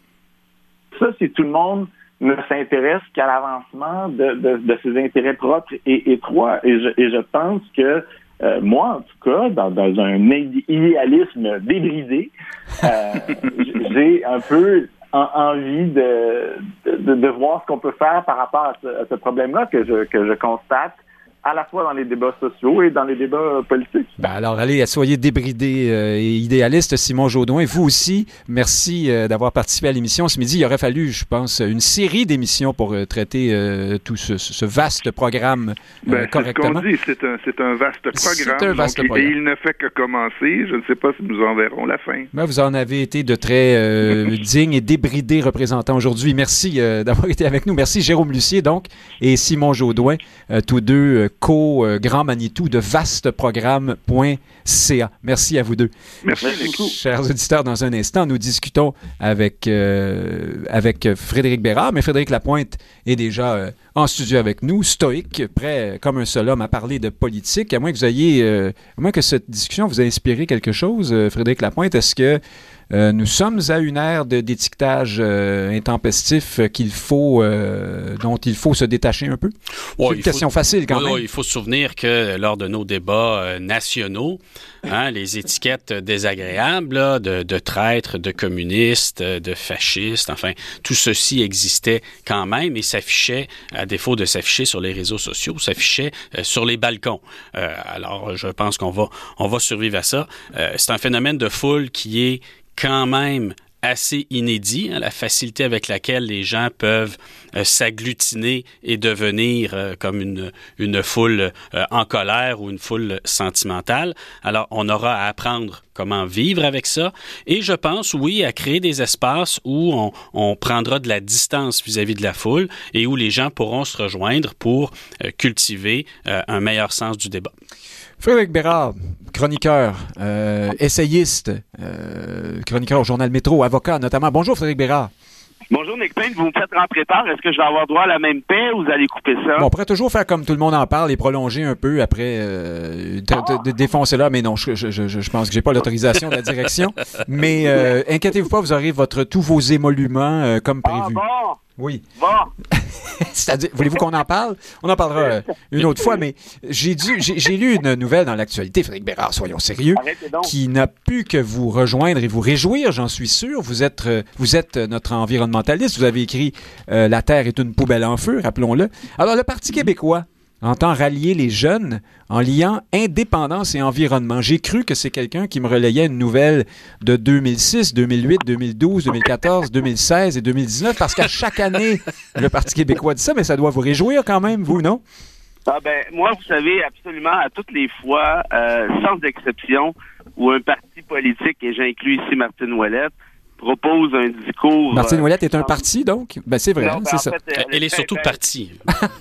ça, si tout le monde ne s'intéresse qu'à l'avancement de, de, de ses intérêts propres et étroits. Et je, et je pense que euh, moi, en tout cas, dans, dans un idéalisme débridé, euh, j'ai un peu en, envie de, de, de voir ce qu'on peut faire par rapport à ce, à ce problème-là que je, que je constate à la fois dans les débats sociaux et dans les débats politiques. Ben alors, allez, soyez débridé euh, et idéaliste, Simon Jaudoin. Et vous aussi, merci euh, d'avoir participé à l'émission ce midi. Il aurait fallu, je pense, une série d'émissions pour euh, traiter euh, tout ce, ce vaste programme euh, ben, correctement. C'est ce qu'on dit, c'est un, c'est un vaste programme. C'est un vaste donc, programme. Et il ne fait que commencer. Je ne sais pas si nous en verrons la fin. Ben, vous en avez été de très euh, dignes et débridés représentants aujourd'hui. Merci euh, d'avoir été avec nous. Merci Jérôme Lucier, donc, et Simon Jaudoin, euh, tous deux euh, co-grand Manitou de vasteprogramme point c a. Merci à vous deux. Merci beaucoup. Chers auditeurs, dans un instant, nous discutons avec, euh, avec Frédéric Bérard, mais Frédéric Lapointe est déjà euh, en studio avec nous, stoïque, prêt comme un seul homme à parler de politique. À moins que vous ayez, euh, à moins que cette discussion vous ait inspiré quelque chose, euh, Frédéric Lapointe, est-ce que Euh, nous sommes à une ère de d'étiquetage euh, intempestif qu'il faut, euh, dont il faut se détacher un peu? Ouais, c'est une question faut, facile quand ouais, même. Ouais, il faut se souvenir que lors de nos débats euh, nationaux, hein, les étiquettes désagréables là, de, de traîtres, de communistes, de fascistes, enfin, tout ceci existait quand même et s'affichait, à défaut de s'afficher sur les réseaux sociaux, s'affichait euh, sur les balcons. Euh, alors, je pense qu'on va, on va survivre à ça. Euh, c'est un phénomène de foule qui est quand même assez inédit, hein, la facilité avec laquelle les gens peuvent euh, s'agglutiner et devenir euh, comme une, une foule euh, en colère ou une foule sentimentale. Alors, on aura à apprendre comment vivre avec ça et je pense, oui, à créer des espaces où on, on prendra de la distance vis-à-vis de la foule et où les gens pourront se rejoindre pour euh, cultiver euh, un meilleur sens du débat. Frédéric Bérard, chroniqueur, euh, essayiste, euh, chroniqueur au Journal Métro, avocat notamment. Bonjour Frédéric Bérard. Bonjour Nick Payne, vous me faites rentrer tard. Est-ce que je vais avoir droit à la même paix ou vous allez couper ça? Bon, on pourrait toujours faire comme tout le monde en parle et prolonger un peu après, euh, t- t- défoncer là, mais non, je, je, je, je pense que j'ai pas l'autorisation de la direction. Mais euh, inquiétez-vous pas, vous aurez votre tous vos émoluments euh, comme prévu. Ah bon? Oui. Bon. C'est-à-dire, voulez-vous qu'on en parle? On en parlera euh, une autre fois, mais j'ai, dû, j'ai, j'ai lu une nouvelle dans l'actualité, Frédéric Bérard, soyons sérieux, qui n'a pu que vous rejoindre et vous réjouir, j'en suis sûr. Vous êtes, euh, vous êtes notre environnementaliste, vous avez écrit euh, « La Terre est une poubelle en feu », rappelons-le. Alors, le Parti québécois entend rallier les jeunes en liant indépendance et environnement. J'ai cru que c'est quelqu'un qui me relayait une nouvelle de deux mille six, deux mille huit, deux mille douze, deux mille quatorze, deux mille seize et deux mille dix-neuf, parce qu'à chaque année, le Parti québécois dit ça, mais ça doit vous réjouir quand même, vous, non? Ah ben, moi, vous savez, absolument, à toutes les fois, euh, sans exception, où un parti politique, et j'inclus ici Martine Ouellette, propose un discours... Martine Ouellette est un euh, parti, donc? Ben, c'est vrai, non, ben, c'est ça. Fait, elle, elle est fait, surtout ben, partie.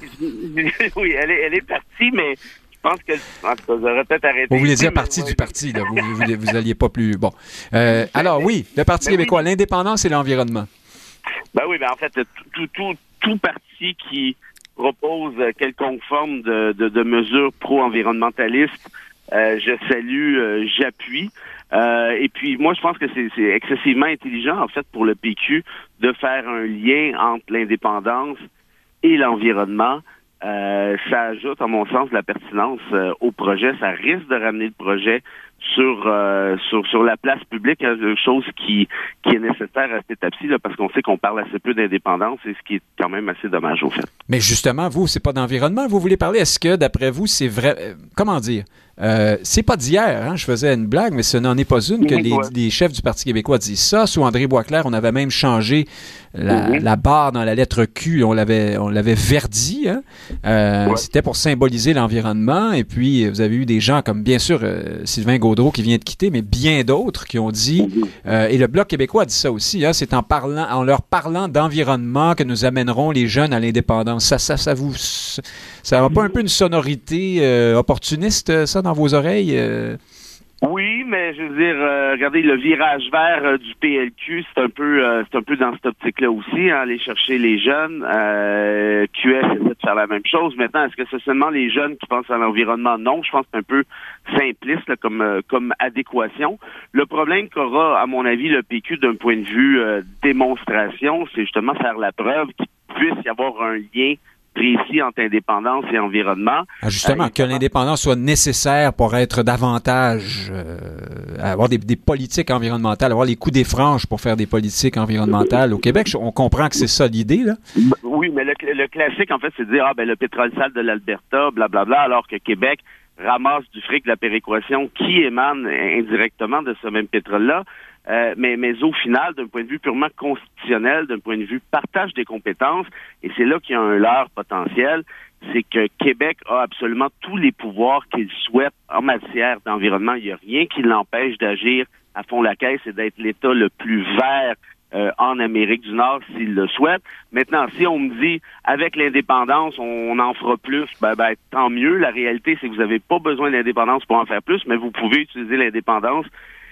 Oui, elle est, elle est partie, mais je pense que... En tout cas, vous aurez peut-être arrêté... Vous voulez dire mais, partie ouais, du parti, là. Vous, vous, vous, vous alliez pas plus... Bon. Euh, alors, oui, le Parti ben, québécois, oui. L'indépendance et l'environnement. Ben oui, ben en fait, tout, tout, tout parti qui propose quelconque forme de, de, de mesures pro-environnementalistes, euh, je salue, euh, j'appuie. Euh, et puis, moi, je pense que c'est, c'est excessivement intelligent, en fait, pour le P Q de faire un lien entre l'indépendance et l'environnement. Euh, ça ajoute, à mon sens, de la pertinence euh, au projet. Ça risque de ramener le projet sur euh, sur sur la place publique, hein, chose qui qui est nécessaire à cette étape-ci, là, parce qu'on sait qu'on parle assez peu d'indépendance, et ce qui est quand même assez dommage au fait. Mais justement, vous, c'est pas d'environnement, vous voulez parler. Est-ce que, d'après vous, c'est vrai... euh, Comment dire? Euh, c'est pas d'hier, hein? Je faisais une blague, mais ce n'en est pas une que Oui, les, ouais. les chefs du Parti québécois disent ça. Sous André Boisclair, on avait même changé la, Oui. la barre dans la lettre Q, on l'avait, on l'avait verdi. Hein? Euh, Ouais. C'était pour symboliser l'environnement. Et puis, vous avez eu des gens comme, bien sûr, euh, Sylvain Gaudreault qui vient de quitter, mais bien d'autres qui ont dit, euh, et le Bloc québécois a dit ça aussi, hein, c'est en, parlant, en leur parlant d'environnement que nous amènerons les jeunes à l'indépendance. Ça, ça, ça vous... Ça n'a pas un peu une sonorité euh, opportuniste, ça, dans vos oreilles? euh? Oui, mais je veux dire, euh, regardez, le virage vert euh, du P L Q, c'est un peu euh, c'est un peu dans cette optique-là aussi, hein, aller chercher les jeunes. Euh, Q S essaie de faire la même chose. Maintenant, est-ce que c'est seulement les jeunes qui pensent à l'environnement? Non, je pense que c'est un peu simpliste là, comme euh, comme adéquation. Le problème qu'aura, à mon avis, le P Q d'un point de vue euh, démonstration, c'est justement faire la preuve qu'il puisse y avoir un lien précis entre indépendance et environnement. Ah, justement, Euh, que l'indépendance soit nécessaire pour être davantage, euh, avoir des, des politiques environnementales, avoir les coups des franges pour faire des politiques environnementales. Au Québec, on comprend que c'est ça l'idée, là. Oui, mais le, le classique, en fait, c'est de dire, ah, ben, le pétrole sale de l'Alberta, blablabla, alors que Québec ramasse du fric de la péréquation qui émane indirectement de ce même pétrole-là. Euh, mais, mais au final, d'un point de vue purement constitutionnel, d'un point de vue partage des compétences, et c'est là qu'il y a un leurre potentiel, c'est que Québec a absolument tous les pouvoirs qu'il souhaite en matière d'environnement. Il n'y a rien qui l'empêche d'agir à fond la caisse et d'être l'État le plus vert euh, en Amérique du Nord s'il le souhaite. Maintenant, si on me dit, avec l'indépendance, on en fera plus, ben, ben tant mieux. La réalité, c'est que vous n'avez pas besoin d'indépendance pour en faire plus, mais vous pouvez utiliser l'indépendance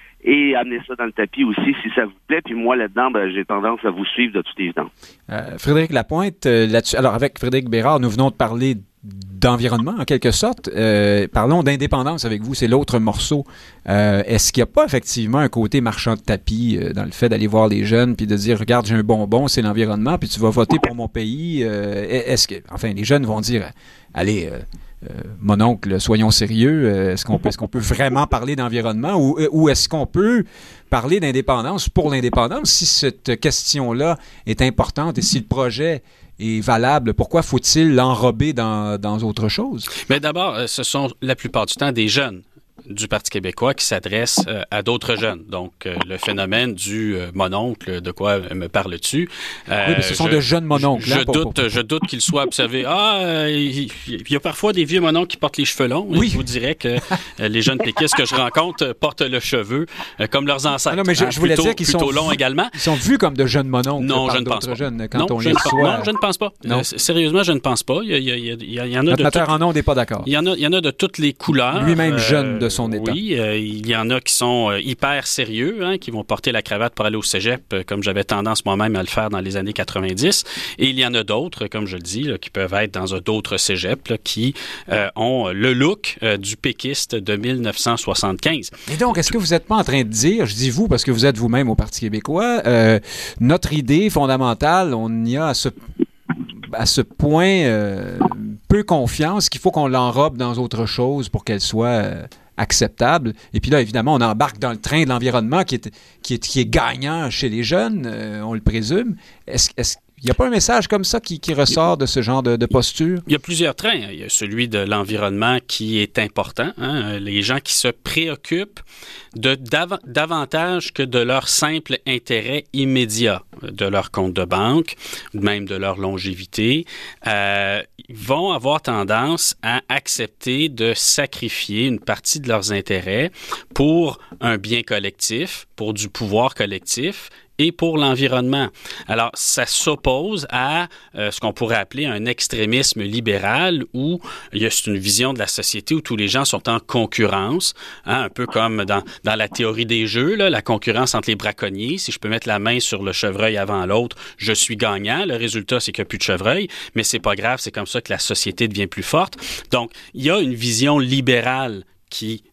et amener ça dans le tapis aussi, si ça vous plaît. Puis moi, là-dedans, ben, j'ai tendance à vous suivre de toute évidence. Euh, Frédéric Lapointe, euh, là-dessus. Alors, avec Frédéric Bérard, nous venons de parler d'environnement, en quelque sorte. Euh, parlons d'indépendance avec vous, c'est l'autre morceau. Euh, est-ce qu'il n'y a pas effectivement un côté marchand de tapis euh, dans le fait d'aller voir les jeunes puis de dire, regarde, j'ai un bonbon, c'est l'environnement, puis tu vas voter pour mon pays? Euh, est-ce que, enfin, les jeunes vont dire, allez... Euh, Euh, mon oncle, soyons sérieux, euh, est-ce qu'on peut, est-ce qu'on peut vraiment parler d'environnement ou, ou est-ce qu'on peut parler d'indépendance pour l'indépendance si cette question-là est importante et si le projet est valable, pourquoi faut-il l'enrober dans, dans autre chose? Mais d'abord, ce sont la plupart du temps des jeunes du Parti québécois qui s'adresse euh, à d'autres jeunes. Donc, euh, le phénomène du euh, mononcle, de quoi me parles-tu? Euh, oui, mais ce sont je, de jeunes mononcles. Je, hein, je pour, doute, pour, pour... je doute qu'ils soient observés. Ah, euh, il, il y a parfois des vieux mononcles qui portent les cheveux longs. Oui. Je vous dirais que euh, les jeunes péquistes que je rencontre portent le cheveu euh, comme leurs ancêtres. Ah non, mais je, hein, je voulais plutôt, dire qu'ils sont, longs également. Ils sont vus comme de jeunes mononcles non, par je ne pense pas. jeunes quand non, on je les ne reçoit. Non, je ne pense pas. Non. Euh, sérieusement, je ne pense pas. Il y, a, il y, a, il y, a, il y en a Notre de metteur toutes... en ondes n'est pas d'accord. Il y en a, il y en a de toutes les couleurs. Lui-même euh, jeune de son état. Oui, euh, il y en a qui sont euh, hyper sérieux, hein, qui vont porter la cravate pour aller au cégep, euh, comme j'avais tendance moi-même à le faire dans les années quatre-vingt-dix. Et il y en a d'autres, comme je le dis, là, qui peuvent être dans un d'autres cégeps, là, qui euh, ont le look euh, du péquiste de mille neuf cent soixante-quinze. Et donc, est-ce que vous n'êtes pas en train de dire, je dis vous parce que vous êtes vous-même au Parti québécois, euh, notre idée fondamentale, on y a à ce, à ce point euh, peu confiance qu'il faut qu'on l'enrobe dans autre chose pour qu'elle soit... Euh, acceptable. Et puis là, évidemment, on embarque dans le train de l'environnement qui est, qui est, qui est gagnant chez les jeunes, euh, on le présume. Est-ce, est-ce qu'il n'y a pas un message comme ça qui, qui ressort de ce genre de, de posture? Il y a plusieurs trains. Il y a celui de l'environnement qui est important. Hein? Les gens qui se préoccupent de dav- davantage que de leur simple intérêt immédiat, de leur compte de banque, même de leur longévité, euh, vont avoir tendance à accepter de sacrifier une partie de leurs intérêts pour un bien collectif, pour du pouvoir collectif et pour l'environnement. Alors, ça s'oppose à euh, ce qu'on pourrait appeler un extrémisme libéral où il y a une vision de la société où tous les gens sont en concurrence, hein, un peu comme dans, dans la théorie des jeux, là, la concurrence entre les braconniers. Si je peux mettre la main sur le chevreuil avant l'autre, je suis gagnant. Le résultat, c'est qu'il n'y a plus de chevreuil, mais c'est pas grave, c'est comme ça que la société devient plus forte. Donc, il y a une vision libérale qui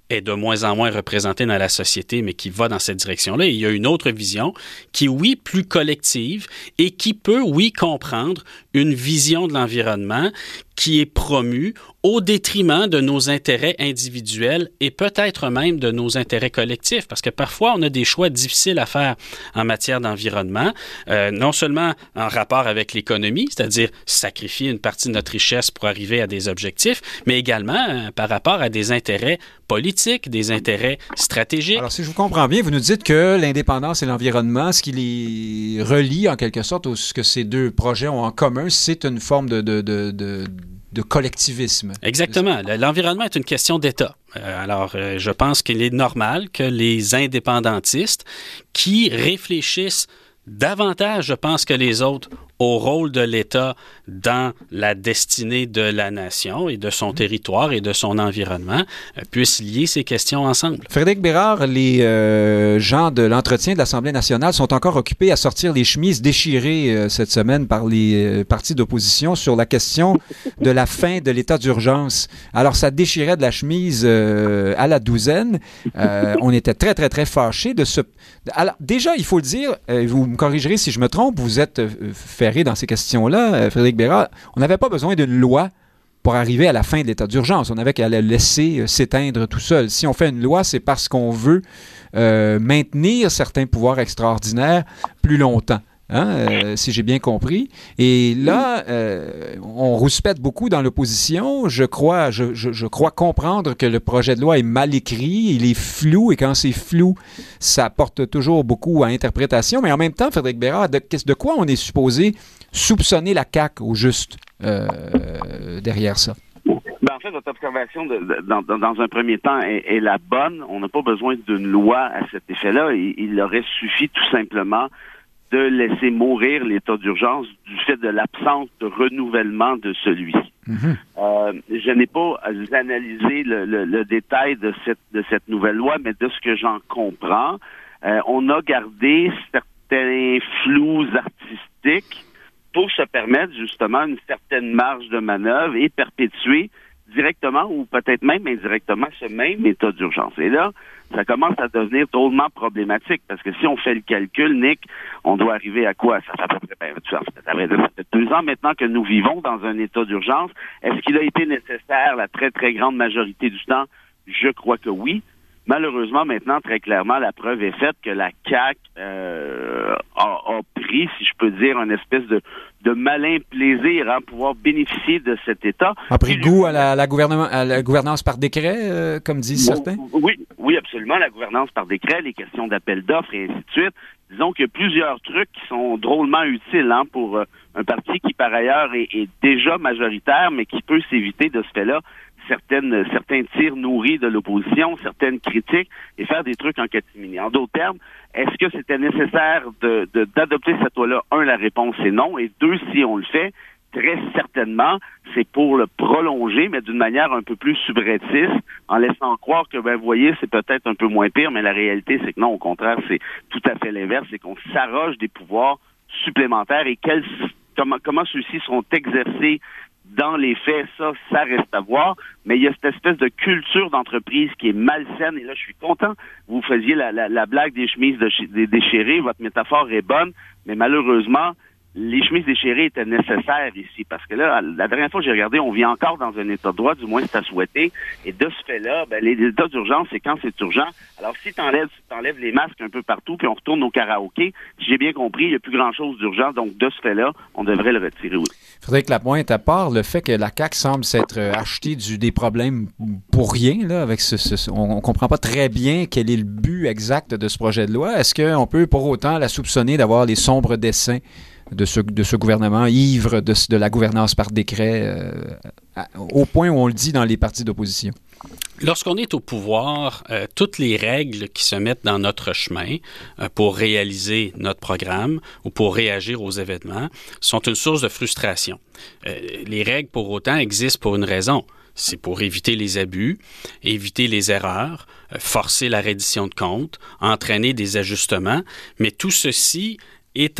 est de moins en moins représentée dans la société, mais qui va dans cette direction-là. Et il y a une autre vision qui, oui, plus collective et qui peut, oui, comprendre une vision de l'environnement qui est promue au détriment de nos intérêts individuels et peut-être même de nos intérêts collectifs, parce que parfois, on a des choix difficiles à faire en matière d'environnement, euh, non seulement en rapport avec l'économie, c'est-à-dire sacrifier une partie de notre richesse pour arriver à des objectifs, mais également euh, par rapport à des intérêts politiques, des intérêts stratégiques. Alors, si je vous comprends bien, vous nous dites que l'indépendance et l'environnement, ce qui les relie en quelque sorte, ou ce que ces deux projets ont en commun, c'est une forme de, de, de, de, de collectivisme. Exactement. L'environnement est une question d'État. Euh, alors, euh, je pense qu'il est normal que les indépendantistes qui réfléchissent davantage, je pense, que les autres au rôle de l'État dans la destinée de la nation et de son territoire et de son environnement, euh, puissent lier ces questions ensemble. Frédéric Bérard, les euh, gens de l'entretien de l'Assemblée nationale sont encore occupés à sortir les chemises déchirées euh, cette semaine par les euh, partis d'opposition sur la question de la fin de l'état d'urgence. Alors, ça déchirait de la chemise euh, à la douzaine. Euh, on était très, très, très fâchés de ce... Alors, déjà, il faut le dire, euh, vous me corrigerez si je me trompe, vous êtes euh, ferré dans ces questions-là, Frédéric Bérard, on n'avait pas besoin d'une loi pour arriver à la fin de l'état d'urgence. On avait qu'à le laisser euh, s'éteindre tout seul. Si on fait une loi, c'est parce qu'on veut euh, maintenir certains pouvoirs extraordinaires plus longtemps. Hein, euh, si j'ai bien compris. Et là, euh, on rouspète beaucoup dans l'opposition. Je crois, je, je, je crois comprendre que le projet de loi est mal écrit, il est flou, et quand c'est flou, ça porte toujours beaucoup à interprétation. Mais en même temps, Frédéric Bérard, de, de quoi on est supposé soupçonner la C A Q au juste euh, derrière ça? Ben en fait, votre observation de, de, dans, dans un premier temps est, est la bonne. On n'a pas besoin d'une loi à cet effet-là. Il, il aurait suffi tout simplement de laisser mourir l'état d'urgence du fait de l'absence de renouvellement de celui-ci. Mm-hmm. Euh, je n'ai pas analysé le, le, le détail de cette, de cette nouvelle loi, mais de ce que j'en comprends, euh, on a gardé certains flous artistiques pour se permettre justement une certaine marge de manœuvre et perpétuer directement ou peut-être même indirectement ce même état d'urgence. Et là, ça commence à devenir drôlement problématique parce que si on fait le calcul, Nick, on doit arriver à quoi? Ça fait à peu près, ben, ça fait deux ans maintenant que nous vivons dans un état d'urgence. Est-ce qu'il a été nécessaire la très, très grande majorité du temps? Je crois que oui. Malheureusement, maintenant, très clairement, la preuve est faite que la C A Q euh, a, a pris, si je peux dire, une espèce de, de malin plaisir à pouvoir bénéficier de cet État. A pris goût à la, la, gouvernement, à la gouvernance par décret, euh, comme disent bon, certains? Oui, oui, absolument. La gouvernance par décret, les questions d'appel d'offres et ainsi de suite. Disons qu'il y a plusieurs trucs qui sont drôlement utiles hein, pour euh, un parti qui, par ailleurs, est, est déjà majoritaire, mais qui peut s'éviter de ce fait-là certaines certains tirs nourris de l'opposition, certaines critiques, et faire des trucs en catimini. En d'autres termes, est-ce que c'était nécessaire de, de d'adopter cette loi-là? Un, la réponse est non, et deux, si on le fait, très certainement, c'est pour le prolonger, mais d'une manière un peu plus subrettiste, en laissant croire que, ben, vous voyez, c'est peut-être un peu moins pire, mais la réalité, c'est que non, au contraire, c'est tout à fait l'inverse, c'est qu'on s'arroge des pouvoirs supplémentaires et quels, comment, comment ceux-ci seront exercés dans les faits, ça, ça reste à voir, mais il y a cette espèce de culture d'entreprise qui est malsaine, et là, je suis content, vous faisiez la, la, la blague des chemises de, des déchirées, votre métaphore est bonne, mais malheureusement, les chemises déchirées étaient nécessaires ici, parce que là, la dernière fois que j'ai regardé, on vit encore dans un état de droit, du moins c'est à souhaiter, et de ce fait-là, ben, les états d'urgence, c'est quand c'est urgent. Alors, si t'enlèves, t'enlèves les masques un peu partout, puis on retourne au karaoké, si j'ai bien compris, il n'y a plus grand-chose d'urgent, donc de ce fait-là, on devrait le retirer, oui. Frédéric Lapointe, à part le fait que la C A Q semble s'être acheté du, des problèmes pour rien, là, avec ce, ce on ne comprend pas très bien quel est le but exact de ce projet de loi. Est-ce qu'on peut pour autant la soupçonner d'avoir les sombres desseins de ce, de ce gouvernement ivre de, de la gouvernance par décret, euh, à, au point où on le dit dans les partis d'opposition? Lorsqu'on est au pouvoir, euh, toutes les règles qui se mettent dans notre chemin euh, pour réaliser notre programme ou pour réagir aux événements sont une source de frustration. Euh, les règles, pour autant, existent pour une raison. C'est pour éviter les abus, éviter les erreurs, euh, forcer la reddition de comptes, entraîner des ajustements, mais tout ceci est en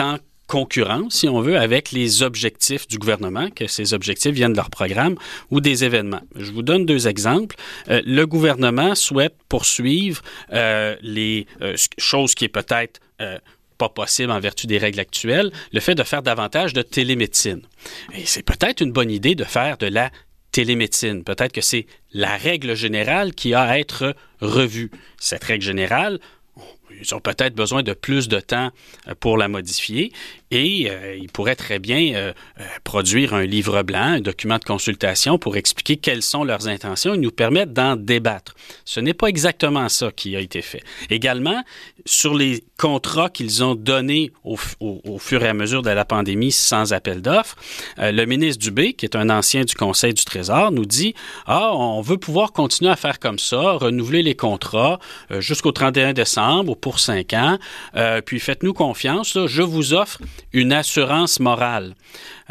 concurrence, si on veut, avec les objectifs du gouvernement, que ces objectifs viennent de leur programme ou des événements. Je vous donne deux exemples. Euh, le gouvernement souhaite poursuivre euh, les euh, choses qui est peut-être euh, pas possible en vertu des règles actuelles, le fait de faire davantage de télémédecine. Et c'est peut-être une bonne idée de faire de la télémédecine. Peut-être que c'est la règle générale qui a à être revue. Cette règle générale, ils ont peut-être besoin de plus de temps pour la modifier et euh, ils pourraient très bien euh, euh, produire un livre blanc, un document de consultation pour expliquer quelles sont leurs intentions et nous permettre d'en débattre. Ce n'est pas exactement ça qui a été fait. Également, sur les contrats qu'ils ont donnés au, au, au fur et à mesure de la pandémie sans appel d'offres, euh, le ministre Dubé, qui est un ancien du Conseil du Trésor, nous dit « Ah, on veut pouvoir continuer à faire comme ça, renouveler les contrats euh, jusqu'au trente et un décembre pour cinq ans, euh, puis faites-nous confiance, là, je vous offre une assurance morale. Euh, »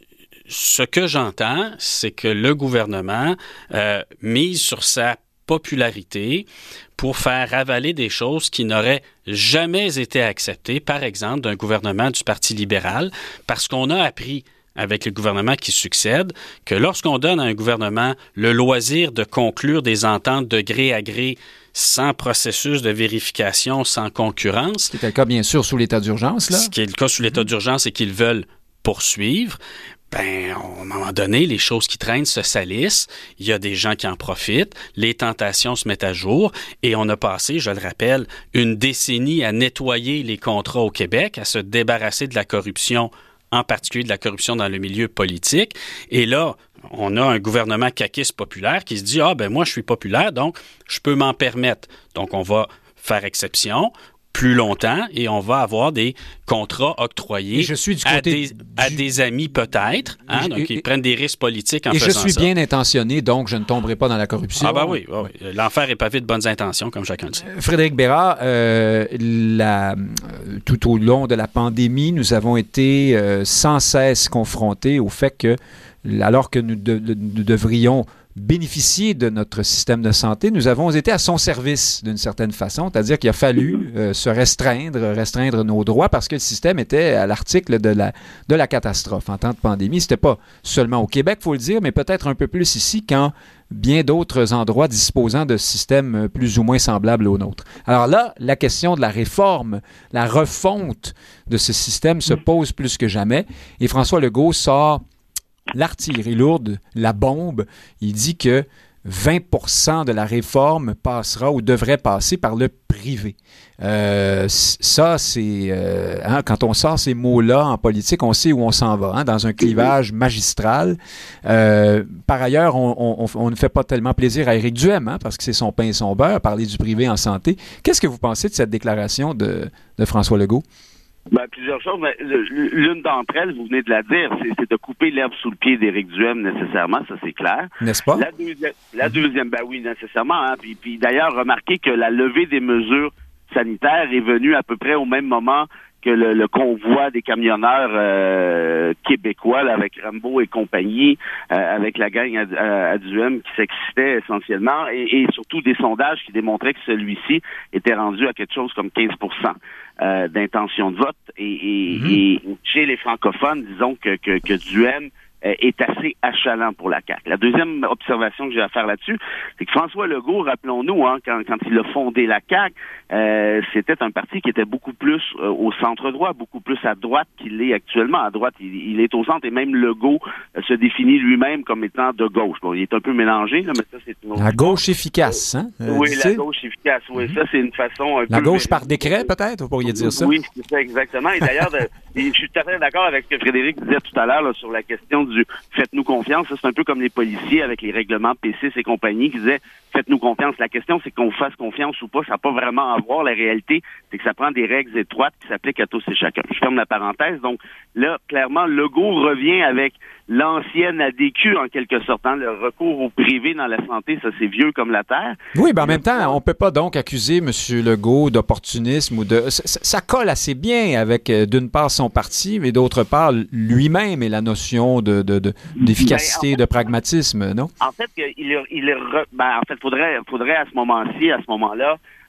Ce que j'entends, c'est que le gouvernement euh, mise sur sa popularité pour faire avaler des choses qui n'auraient jamais été acceptées, par exemple, d'un gouvernement du Parti libéral, parce qu'on a appris avec le gouvernement qui succède, que lorsqu'on donne à un gouvernement le loisir de conclure des ententes de gré à gré sans processus de vérification, sans concurrence... Ce qui était le cas, bien sûr, sous l'état d'urgence, là. Ce qui est le cas sous l'état d'urgence et qu'ils veulent poursuivre, ben, à un moment donné, les choses qui traînent se salissent, il y a des gens qui en profitent, les tentations se mettent à jour et on a passé, je le rappelle, une décennie à nettoyer les contrats au Québec, à se débarrasser de la corruption, en particulier de la corruption dans le milieu politique. Et là, on a un gouvernement caquiste populaire qui se dit « Ah, ben moi, je suis populaire, donc je peux m'en permettre. » Donc, on va faire exception plus longtemps et on va avoir des contrats octroyés et je suis du côté à, des, du... à des amis peut-être. Hein? Donc, ils prennent des risques politiques en et faisant ça. Et je suis ça. bien intentionné, donc je ne tomberai pas dans la corruption. Ah ben oui, oui, oui. L'enfer est pavé de bonnes intentions, comme chacun le sait. Frédéric Bérard, euh, la, tout au long de la pandémie, nous avons été euh, sans cesse confrontés au fait que, alors que nous, de, nous devrions bénéficier de notre système de santé, nous avons été à son service d'une certaine façon, c'est-à-dire qu'il a fallu euh, se restreindre, restreindre nos droits parce que le système était à l'article de la, de la catastrophe. En temps de pandémie, c'était pas seulement au Québec, il faut le dire, mais peut-être un peu plus ici qu'en bien d'autres endroits disposant de systèmes plus ou moins semblables aux nôtres. Alors là, la question de la réforme, la refonte de ce système se pose plus que jamais et François Legault sort l'artillerie lourde, la bombe. Il dit que vingt pour cent de la réforme passera ou devrait passer par le privé. Euh, ça, c'est... Euh, hein, quand on sort ces mots-là en politique, on sait où on s'en va, hein, dans un clivage magistral. Euh, par ailleurs, on, on, on ne fait pas tellement plaisir à Éric Duhem, hein, parce que c'est son pain et son beurre, parler du privé en santé. Qu'est-ce que vous pensez de cette déclaration de, de François Legault? Ben, plusieurs choses. Mais l'une d'entre elles, vous venez de la dire, c'est, c'est de couper l'herbe sous le pied d'Éric Duhem, nécessairement, ça c'est clair. N'est-ce pas? La deuxième, la deuxième ben oui, nécessairement. Hein. Puis, puis d'ailleurs, remarquez que la levée des mesures sanitaires est venue à peu près au même moment que le, le convoi des camionneurs euh, québécois, là, avec Rambo et compagnie, euh, avec la gang à, à, à Duhem qui s'excitait essentiellement, et, et surtout des sondages qui démontraient que celui-ci était rendu à quelque chose comme quinze pour cent euh, d'intention de vote. Et, et, mmh. et chez les francophones, disons que, que, que Duhem est assez achalant pour la C A Q. La deuxième observation que j'ai à faire là-dessus, c'est que François Legault, rappelons-nous, hein, quand, quand il a fondé la C A Q, euh, c'était un parti qui était beaucoup plus euh, au centre-droit, beaucoup plus à droite qu'il est actuellement. À droite, il, il est au centre et même Legault euh, se définit lui-même comme étant de gauche. Bon, il est un peu mélangé, là, mais ça, c'est une autre La gauche efficace, hein? Euh, oui, la gauche efficace, oui. Mm-hmm. Ça, c'est une façon un la peu... La gauche par décret, peut-être? Vous pourriez dire ça? Oui, c'est ça, exactement. Et d'ailleurs, de, et je suis tout à fait d'accord avec ce que Frédéric disait tout à l'heure là, sur la question du « faites-nous confiance ». Ça, c'est un peu comme les policiers avec les règlements P six et compagnie qui disaient « faites-nous confiance ». La question, c'est qu'on fasse confiance ou pas. Ça n'a pas vraiment à voir. La réalité, c'est que ça prend des règles étroites qui s'appliquent à tous et chacun. Je ferme la parenthèse. Donc là, clairement, Legault revient avec l'ancienne A D Q, en quelque sorte. Hein, le recours au privé dans la santé, ça, c'est vieux comme la terre. Oui, ben en même temps, on peut pas donc accuser M. Legault d'opportunisme ou de... Ça, ça colle assez bien avec, d'une part, son parti, mais d'autre part, lui-même et la notion de, de, de, d'efficacité, ben, fait, de pragmatisme, non? En fait, il, il, il ben, en fait, faudrait, faudrait à ce moment-ci, à ce moment-là,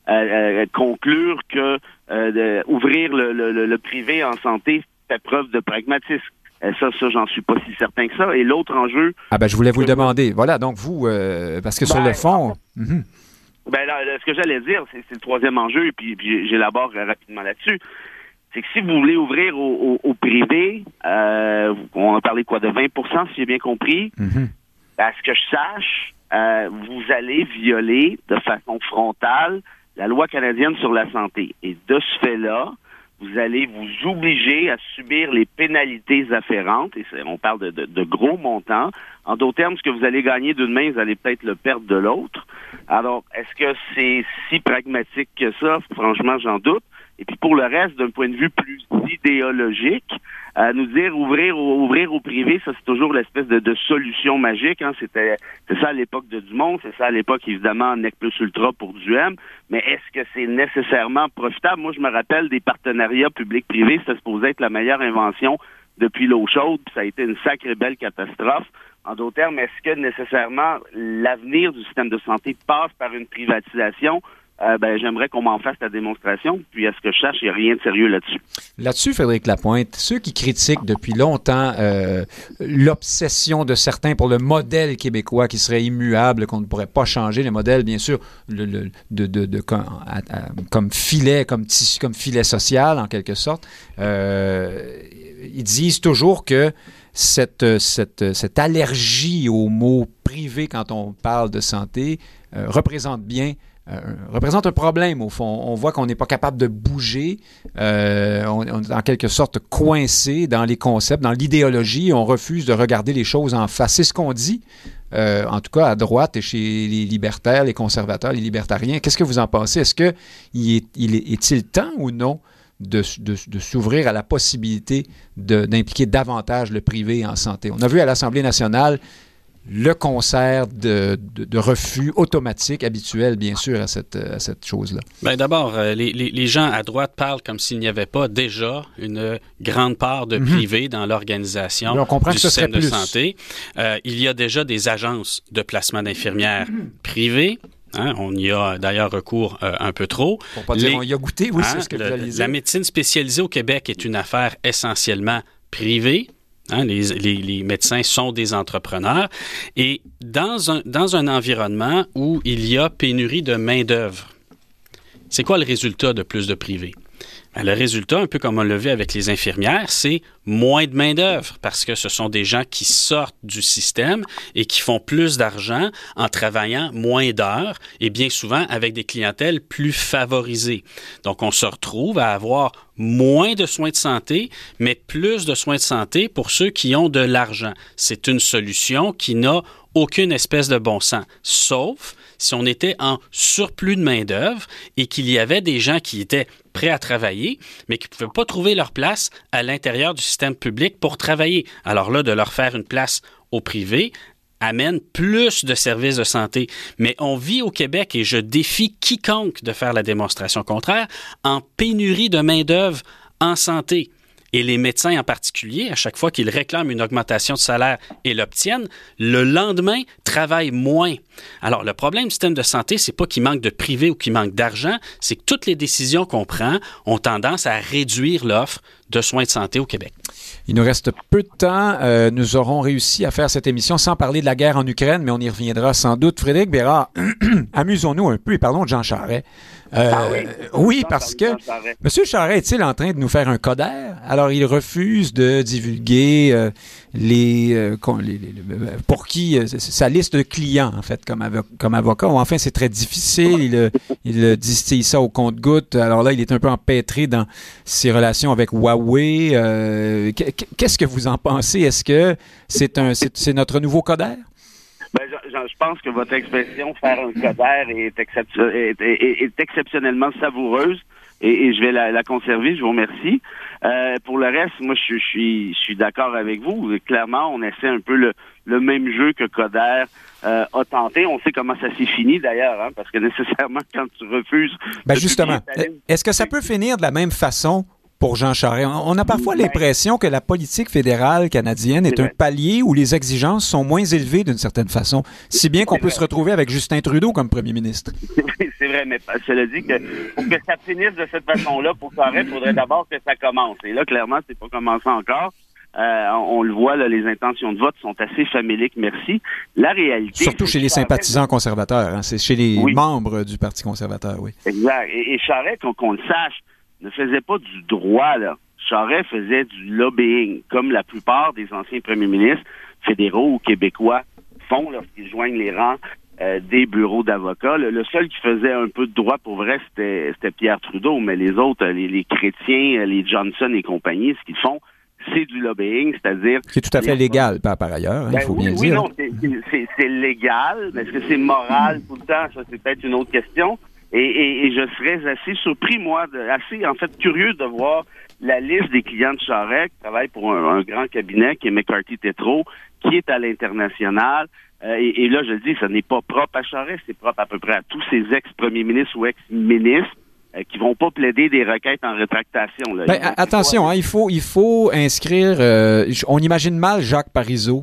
euh, conclure que euh, de, ouvrir le, le, le privé en santé fait preuve de pragmatisme. Et ça, ça, j'en suis pas si certain que ça. Et l'autre enjeu... Ah ben, je voulais vous le demander. Voilà, donc vous, euh, parce que sur ben, le fond... Mm-hmm. Ben là, ce que j'allais dire, c'est, c'est le troisième enjeu, et puis, puis j'élabore rapidement là-dessus. C'est que si vous voulez ouvrir au, au, au privé, euh, on a parlé quoi de vingt pour cent, si j'ai bien compris. Mm-hmm. À ce que je sache, euh, vous allez violer de façon frontale la loi canadienne sur la santé. Et de ce fait-là, vous allez vous obliger à subir les pénalités afférentes, et on parle de, de, de gros montants. En d'autres termes, ce que vous allez gagner d'une main, vous allez peut-être le perdre de l'autre. Alors, est-ce que c'est si pragmatique que ça? Franchement, j'en doute. Et puis pour le reste, d'un point de vue plus idéologique, à nous dire ouvrir au, ouvrir au privé, ça c'est toujours l'espèce de, de solution magique. Hein. C'était c'est ça à l'époque de Dumont, c'est ça à l'époque évidemment Nec plus ultra pour Duhem. Mais est-ce que c'est nécessairement profitable? Moi, je me rappelle des partenariats publics-privés, c'était supposé être la meilleure invention depuis l'eau chaude, puis ça a été une sacrée belle catastrophe. En d'autres termes, est-ce que nécessairement l'avenir du système de santé passe par une privatisation? Euh, ben, j'aimerais qu'on m'en fasse la démonstration. Puis, à ce que je sache, il n'y a rien de sérieux là-dessus. Là-dessus, Frédéric Lapointe, ceux qui critiquent depuis longtemps euh, l'obsession de certains pour le modèle québécois qui serait immuable, qu'on ne pourrait pas changer, le modèle, bien sûr, le, le, de, de, de, comme, à, à, comme filet, comme tissu, comme filet social, en quelque sorte, euh, ils disent toujours que cette, cette, cette allergie au mot privé quand on parle de santé euh, représente bien Euh, représente un problème, au fond. On voit qu'on n'est pas capable de bouger, euh, on, on est en quelque sorte coincé dans les concepts, dans l'idéologie, on refuse de regarder les choses en face. C'est ce qu'on dit, euh, en tout cas à droite et chez les libertaires, les conservateurs, les libertariens. Qu'est-ce que vous en pensez? Est-ce que il est, il est, est-il temps ou non de, de, de s'ouvrir à la possibilité de, d'impliquer davantage le privé en santé? On a vu à l'Assemblée nationale le concert de, de, de refus automatique, habituel, bien sûr, à cette, à cette chose-là. Bien, d'abord, euh, les, les, les gens à droite parlent comme s'il n'y avait pas déjà une grande part de privé mm-hmm. dans l'organisation on comprend du que ce système de plus. santé. Euh, il y a déjà des agences de placement d'infirmières mm-hmm. privées. Hein, on y a d'ailleurs recours euh, un peu trop. Pour pas dire les, on y a goûté, oui, hein, c'est ce que le, vous allez dire. La médecine spécialisée au Québec est une affaire essentiellement privée. Hein, les, les, les médecins sont des entrepreneurs. Et dans un, dans un environnement où il y a pénurie de main-d'œuvre, c'est quoi le résultat de plus de privé? Ben, le résultat, un peu comme on l'a vu avec les infirmières, c'est moins de main-d'œuvre parce que ce sont des gens qui sortent du système et qui font plus d'argent en travaillant moins d'heures et bien souvent avec des clientèles plus favorisées. Donc, on se retrouve à avoir moins de soins de santé, mais plus de soins de santé pour ceux qui ont de l'argent. C'est une solution qui n'a aucune espèce de bon sens, sauf si on était en surplus de main-d'œuvre et qu'il y avait des gens qui étaient prêts à travailler, mais qui ne pouvaient pas trouver leur place à l'intérieur du système public pour travailler. Alors là, de leur faire une place au privé amène plus de services de santé. Mais on vit au Québec, et je défie quiconque de faire la démonstration contraire, en pénurie de main-d'œuvre en santé. Et les médecins en particulier, à chaque fois qu'ils réclament une augmentation de salaire et l'obtiennent, le lendemain, travaillent moins. Alors, le problème du système de santé, c'est pas qu'il manque de privé ou qu'il manque d'argent, c'est que toutes les décisions qu'on prend ont tendance à réduire l'offre de soins de santé au Québec. Il nous reste peu de temps. Euh, nous aurons réussi à faire cette émission sans parler de la guerre en Ukraine, mais on y reviendra sans doute. Frédéric Bérard, amusons-nous un peu et parlons de Jean Charest. Euh, ah oui, oui parce que M. Charest est-il en train de nous faire un coder? Alors, il refuse de divulguer euh, les, euh, les, les pour qui euh, sa liste de clients, en fait, comme, avo- comme avocat. Enfin, c'est très difficile. Il, il distille ça au compte-gouttes. Alors là, il est un peu empêtré dans ses relations avec Huawei. Euh, qu'est-ce que vous en pensez? Est-ce que c'est, un, c'est, c'est notre nouveau coder? Ben, je, je pense que votre expression « faire un coder » est, excep- est, est, est exceptionnellement savoureuse et, et je vais la, la conserver. Je vous remercie. Euh, pour le reste, moi, je, je suis je suis d'accord avec vous. Clairement, on essaie un peu le, le même jeu que Coder euh, a tenté. On sait comment ça s'est fini, d'ailleurs, hein, parce que nécessairement, quand tu refuses... Ben justement, est-ce que ça peut finir de la même façon pour Jean Charest? On a parfois l'impression que la politique fédérale canadienne est un palier où les exigences sont moins élevées d'une certaine façon, si bien qu'on peut se retrouver avec Justin Trudeau comme premier ministre. C'est vrai, mais cela dit que pour que ça finisse de cette façon-là, pour Charest, il faudrait d'abord que ça commence. Et là, clairement, c'est pas commencé encore. Euh, on, on le voit, là, les intentions de vote sont assez faméliques, merci. La réalité... Surtout chez les Charest, sympathisants conservateurs. Hein, c'est chez les oui. membres du Parti conservateur, oui. Exact. Et, et Charest, qu'on, qu'on le sache, ne faisait pas du droit, là. Charest faisait du lobbying, comme la plupart des anciens premiers ministres fédéraux ou québécois font lorsqu'ils joignent les rangs euh, des bureaux d'avocats. Le, le seul qui faisait un peu de droit pour vrai, c'était, c'était Pierre Trudeau, mais les autres, les, les chrétiens, les Johnson et compagnie, ce qu'ils font, c'est du lobbying, c'est-à-dire... C'est tout à fait légal, par, par ailleurs, il hein, faut ben, bien oui, dire. Oui, non, c'est, c'est, c'est légal, mais est-ce que c'est moral tout le temps? Ça, c'est peut-être une autre question. Et, et, et je serais assez surpris, moi, de, assez, en fait, curieux de voir la liste des clients de Charest qui travaillent pour un, un grand cabinet qui est McCarthy Tétrault, qui est à l'international. Euh, et, et là, je le dis, ça n'est pas propre à Charest, c'est propre à peu près à tous ces ex-premiers ministres ou ex-ministres euh, qui vont pas plaider des requêtes en rétractation. Là. Ben, attention, hein, il faut, il faut inscrire... Euh, on imagine mal Jacques Parizeau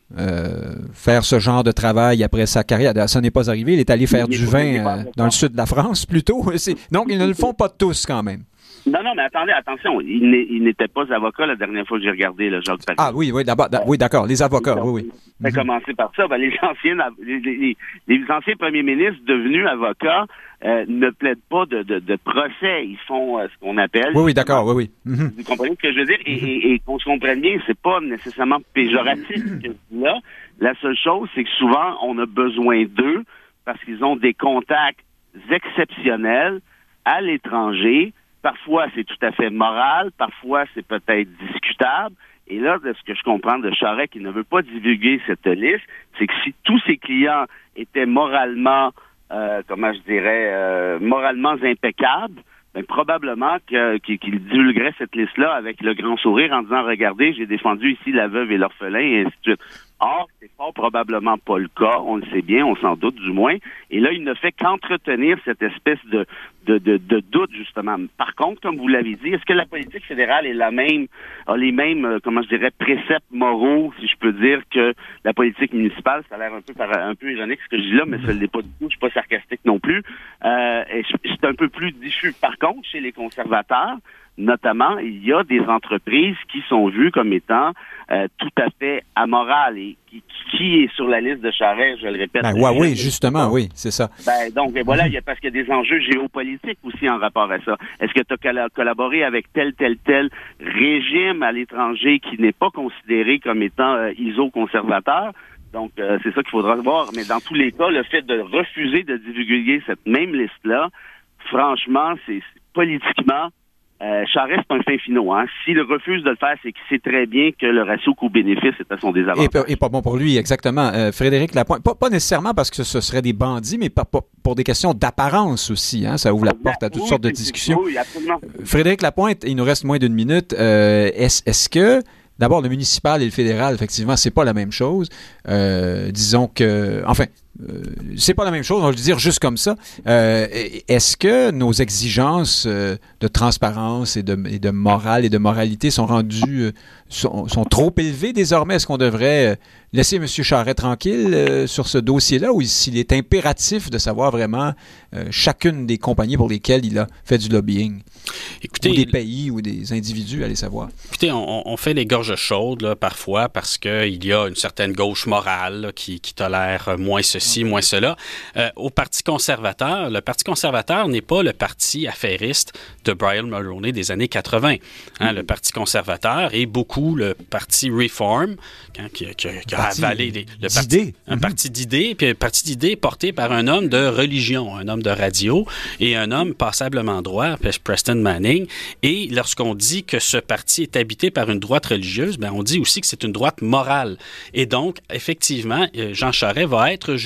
euh, faire ce genre de travail après sa carrière. Ça n'est pas arrivé. Il est allé faire il du vin euh, dans le sud de la France, plutôt. C'est, donc, ils ne le font pas tous, quand même. Non, non, mais attendez, attention, il, n'est, il n'était pas avocat la dernière fois que j'ai regardé le Jacques Parizeau. Ah oui, oui, d'abord, d- oui, d'accord, les avocats, donc, oui, oui. On va commencer par ça. Ben, les anciens, les, les, les anciens premiers ministres devenus avocats euh, ne plaident pas de, de, de procès. Ils font euh, ce qu'on appelle... Oui, oui, d'accord, oui, oui. Mm-hmm. Vous comprenez ce que je veux dire? Et, et, et qu'on se comprenne bien, c'est pas nécessairement péjoratif ce que je dis là. La seule chose, c'est que souvent, on a besoin d'eux parce qu'ils ont des contacts exceptionnels à l'étranger. Parfois, c'est tout à fait moral. Parfois, c'est peut-être discutable. Et là, de ce que je comprends de Charest, qui ne veut pas divulguer cette liste, c'est que si tous ses clients étaient moralement, euh, comment je dirais, euh, moralement impeccables, ben, probablement que, qu'il, qu'il divulguerait cette liste-là avec le grand sourire en disant « Regardez, j'ai défendu ici la veuve et l'orphelin » et ainsi de suite. Or, c'est fort probablement pas le cas, on le sait bien, on s'en doute du moins. Et là, il ne fait qu'entretenir cette espèce de, de, de, de doute, justement. Par contre, comme vous l'avez dit, est-ce que la politique fédérale est la même, a les mêmes, euh, comment je dirais, préceptes moraux, si je peux dire, que la politique municipale? Ça a l'air un peu, un peu ironique ce que je dis là, mais ça ne l'est pas du tout, je suis pas sarcastique non plus. Euh, et c'est un peu plus diffus. Par contre, chez les conservateurs, notamment, il y a des entreprises qui sont vues comme étant euh, tout à fait amorales et qui, qui est sur la liste de Charest, je le répète. Ben, ouais, oui, justement, oui, c'est ça. Ben, donc, ben, voilà, il y a, parce qu'il y a des enjeux géopolitiques aussi en rapport à ça. Est-ce que tu as collaboré avec tel, tel, tel régime à l'étranger qui n'est pas considéré comme étant euh, iso-conservateur? Donc, euh, c'est ça qu'il faudra voir. Mais dans tous les cas, le fait de refuser de divulguer cette même liste-là, franchement, c'est, c'est politiquement... Euh, Charest, c'est un fin finot. Hein. S'il refuse de le faire, c'est qu'il sait très bien que le ratio coût-bénéfice est à son désavantage. Et, et pas bon pour lui, exactement. Euh, Frédéric Lapointe, pas, pas nécessairement parce que ce serait des bandits, mais pas, pas, pour des questions d'apparence aussi. Hein. Ça ouvre la porte à toutes oui, sortes de discussions. Oui, absolument. Frédéric Lapointe, il nous reste moins d'une minute. Euh, est-ce, est-ce que... D'abord, le municipal et le fédéral, effectivement, c'est pas la même chose. Euh, disons que... Enfin, euh, c'est pas la même chose, on va le dire juste comme ça. Euh, est-ce que nos exigences euh, de transparence et de, et de morale et de moralité sont rendues... Euh, sont, sont trop élevées désormais? Est-ce qu'on devrait euh, laisser M. Charest tranquille euh, sur ce dossier-là ou s'il est impératif de savoir vraiment euh, chacune des compagnies pour lesquelles il a fait du lobbying? Écoutez, ou des pays ou des individus, allez savoir. Écoutez, on, on fait les gorges chaudes là, parfois parce qu'il y a une certaine gauche morale là, qui, qui tolère moins ceci, moins cela. Euh, au Parti conservateur, le Parti conservateur n'est pas le parti affairiste de Brian Mulroney des années quatre-vingt. Hein, mm-hmm. Le Parti conservateur est beaucoup le Parti Reform, hein, qui, qui, qui a avalé les, le parti, un mm-hmm. parti d'idées, puis un parti d'idées porté par un homme de religion, un homme de radio et un homme passablement droit, Preston Manning. Et lorsqu'on dit que ce parti est habité par une droite religieuse, ben on dit aussi que c'est une droite morale. Et donc, effectivement, Jean Charest va être jugé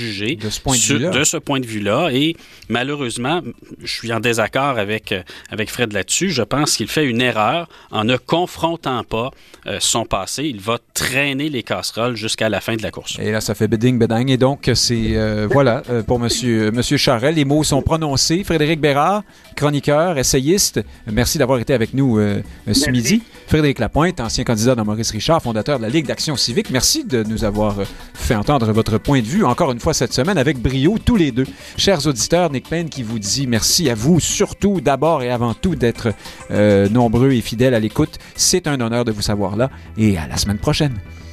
juger de ce point de sur, vue-là. de ce point de vue-là. Et malheureusement, je suis en désaccord avec, avec Fred là-dessus. Je pense qu'il fait une erreur en ne confrontant pas euh, son passé. Il va traîner les casseroles jusqu'à la fin de la course. Et là, ça fait beding, bedang. Et donc, c'est, euh, voilà, euh, pour monsieur, monsieur Charest, les mots sont prononcés. Frédéric Bérard, chroniqueur, essayiste, merci d'avoir été avec nous euh, ce midi. Frédéric Lapointe, ancien candidat dans Maurice Richard, fondateur de la Ligue d'Action civique. Merci de nous avoir fait entendre votre point de vue, encore une fois cette semaine, avec brio, tous les deux. Chers auditeurs, Nick Payne qui vous dit merci à vous, surtout, d'abord et avant tout, d'être euh, nombreux et fidèles à l'écoute. C'est un honneur de vous savoir là. Et à la semaine prochaine.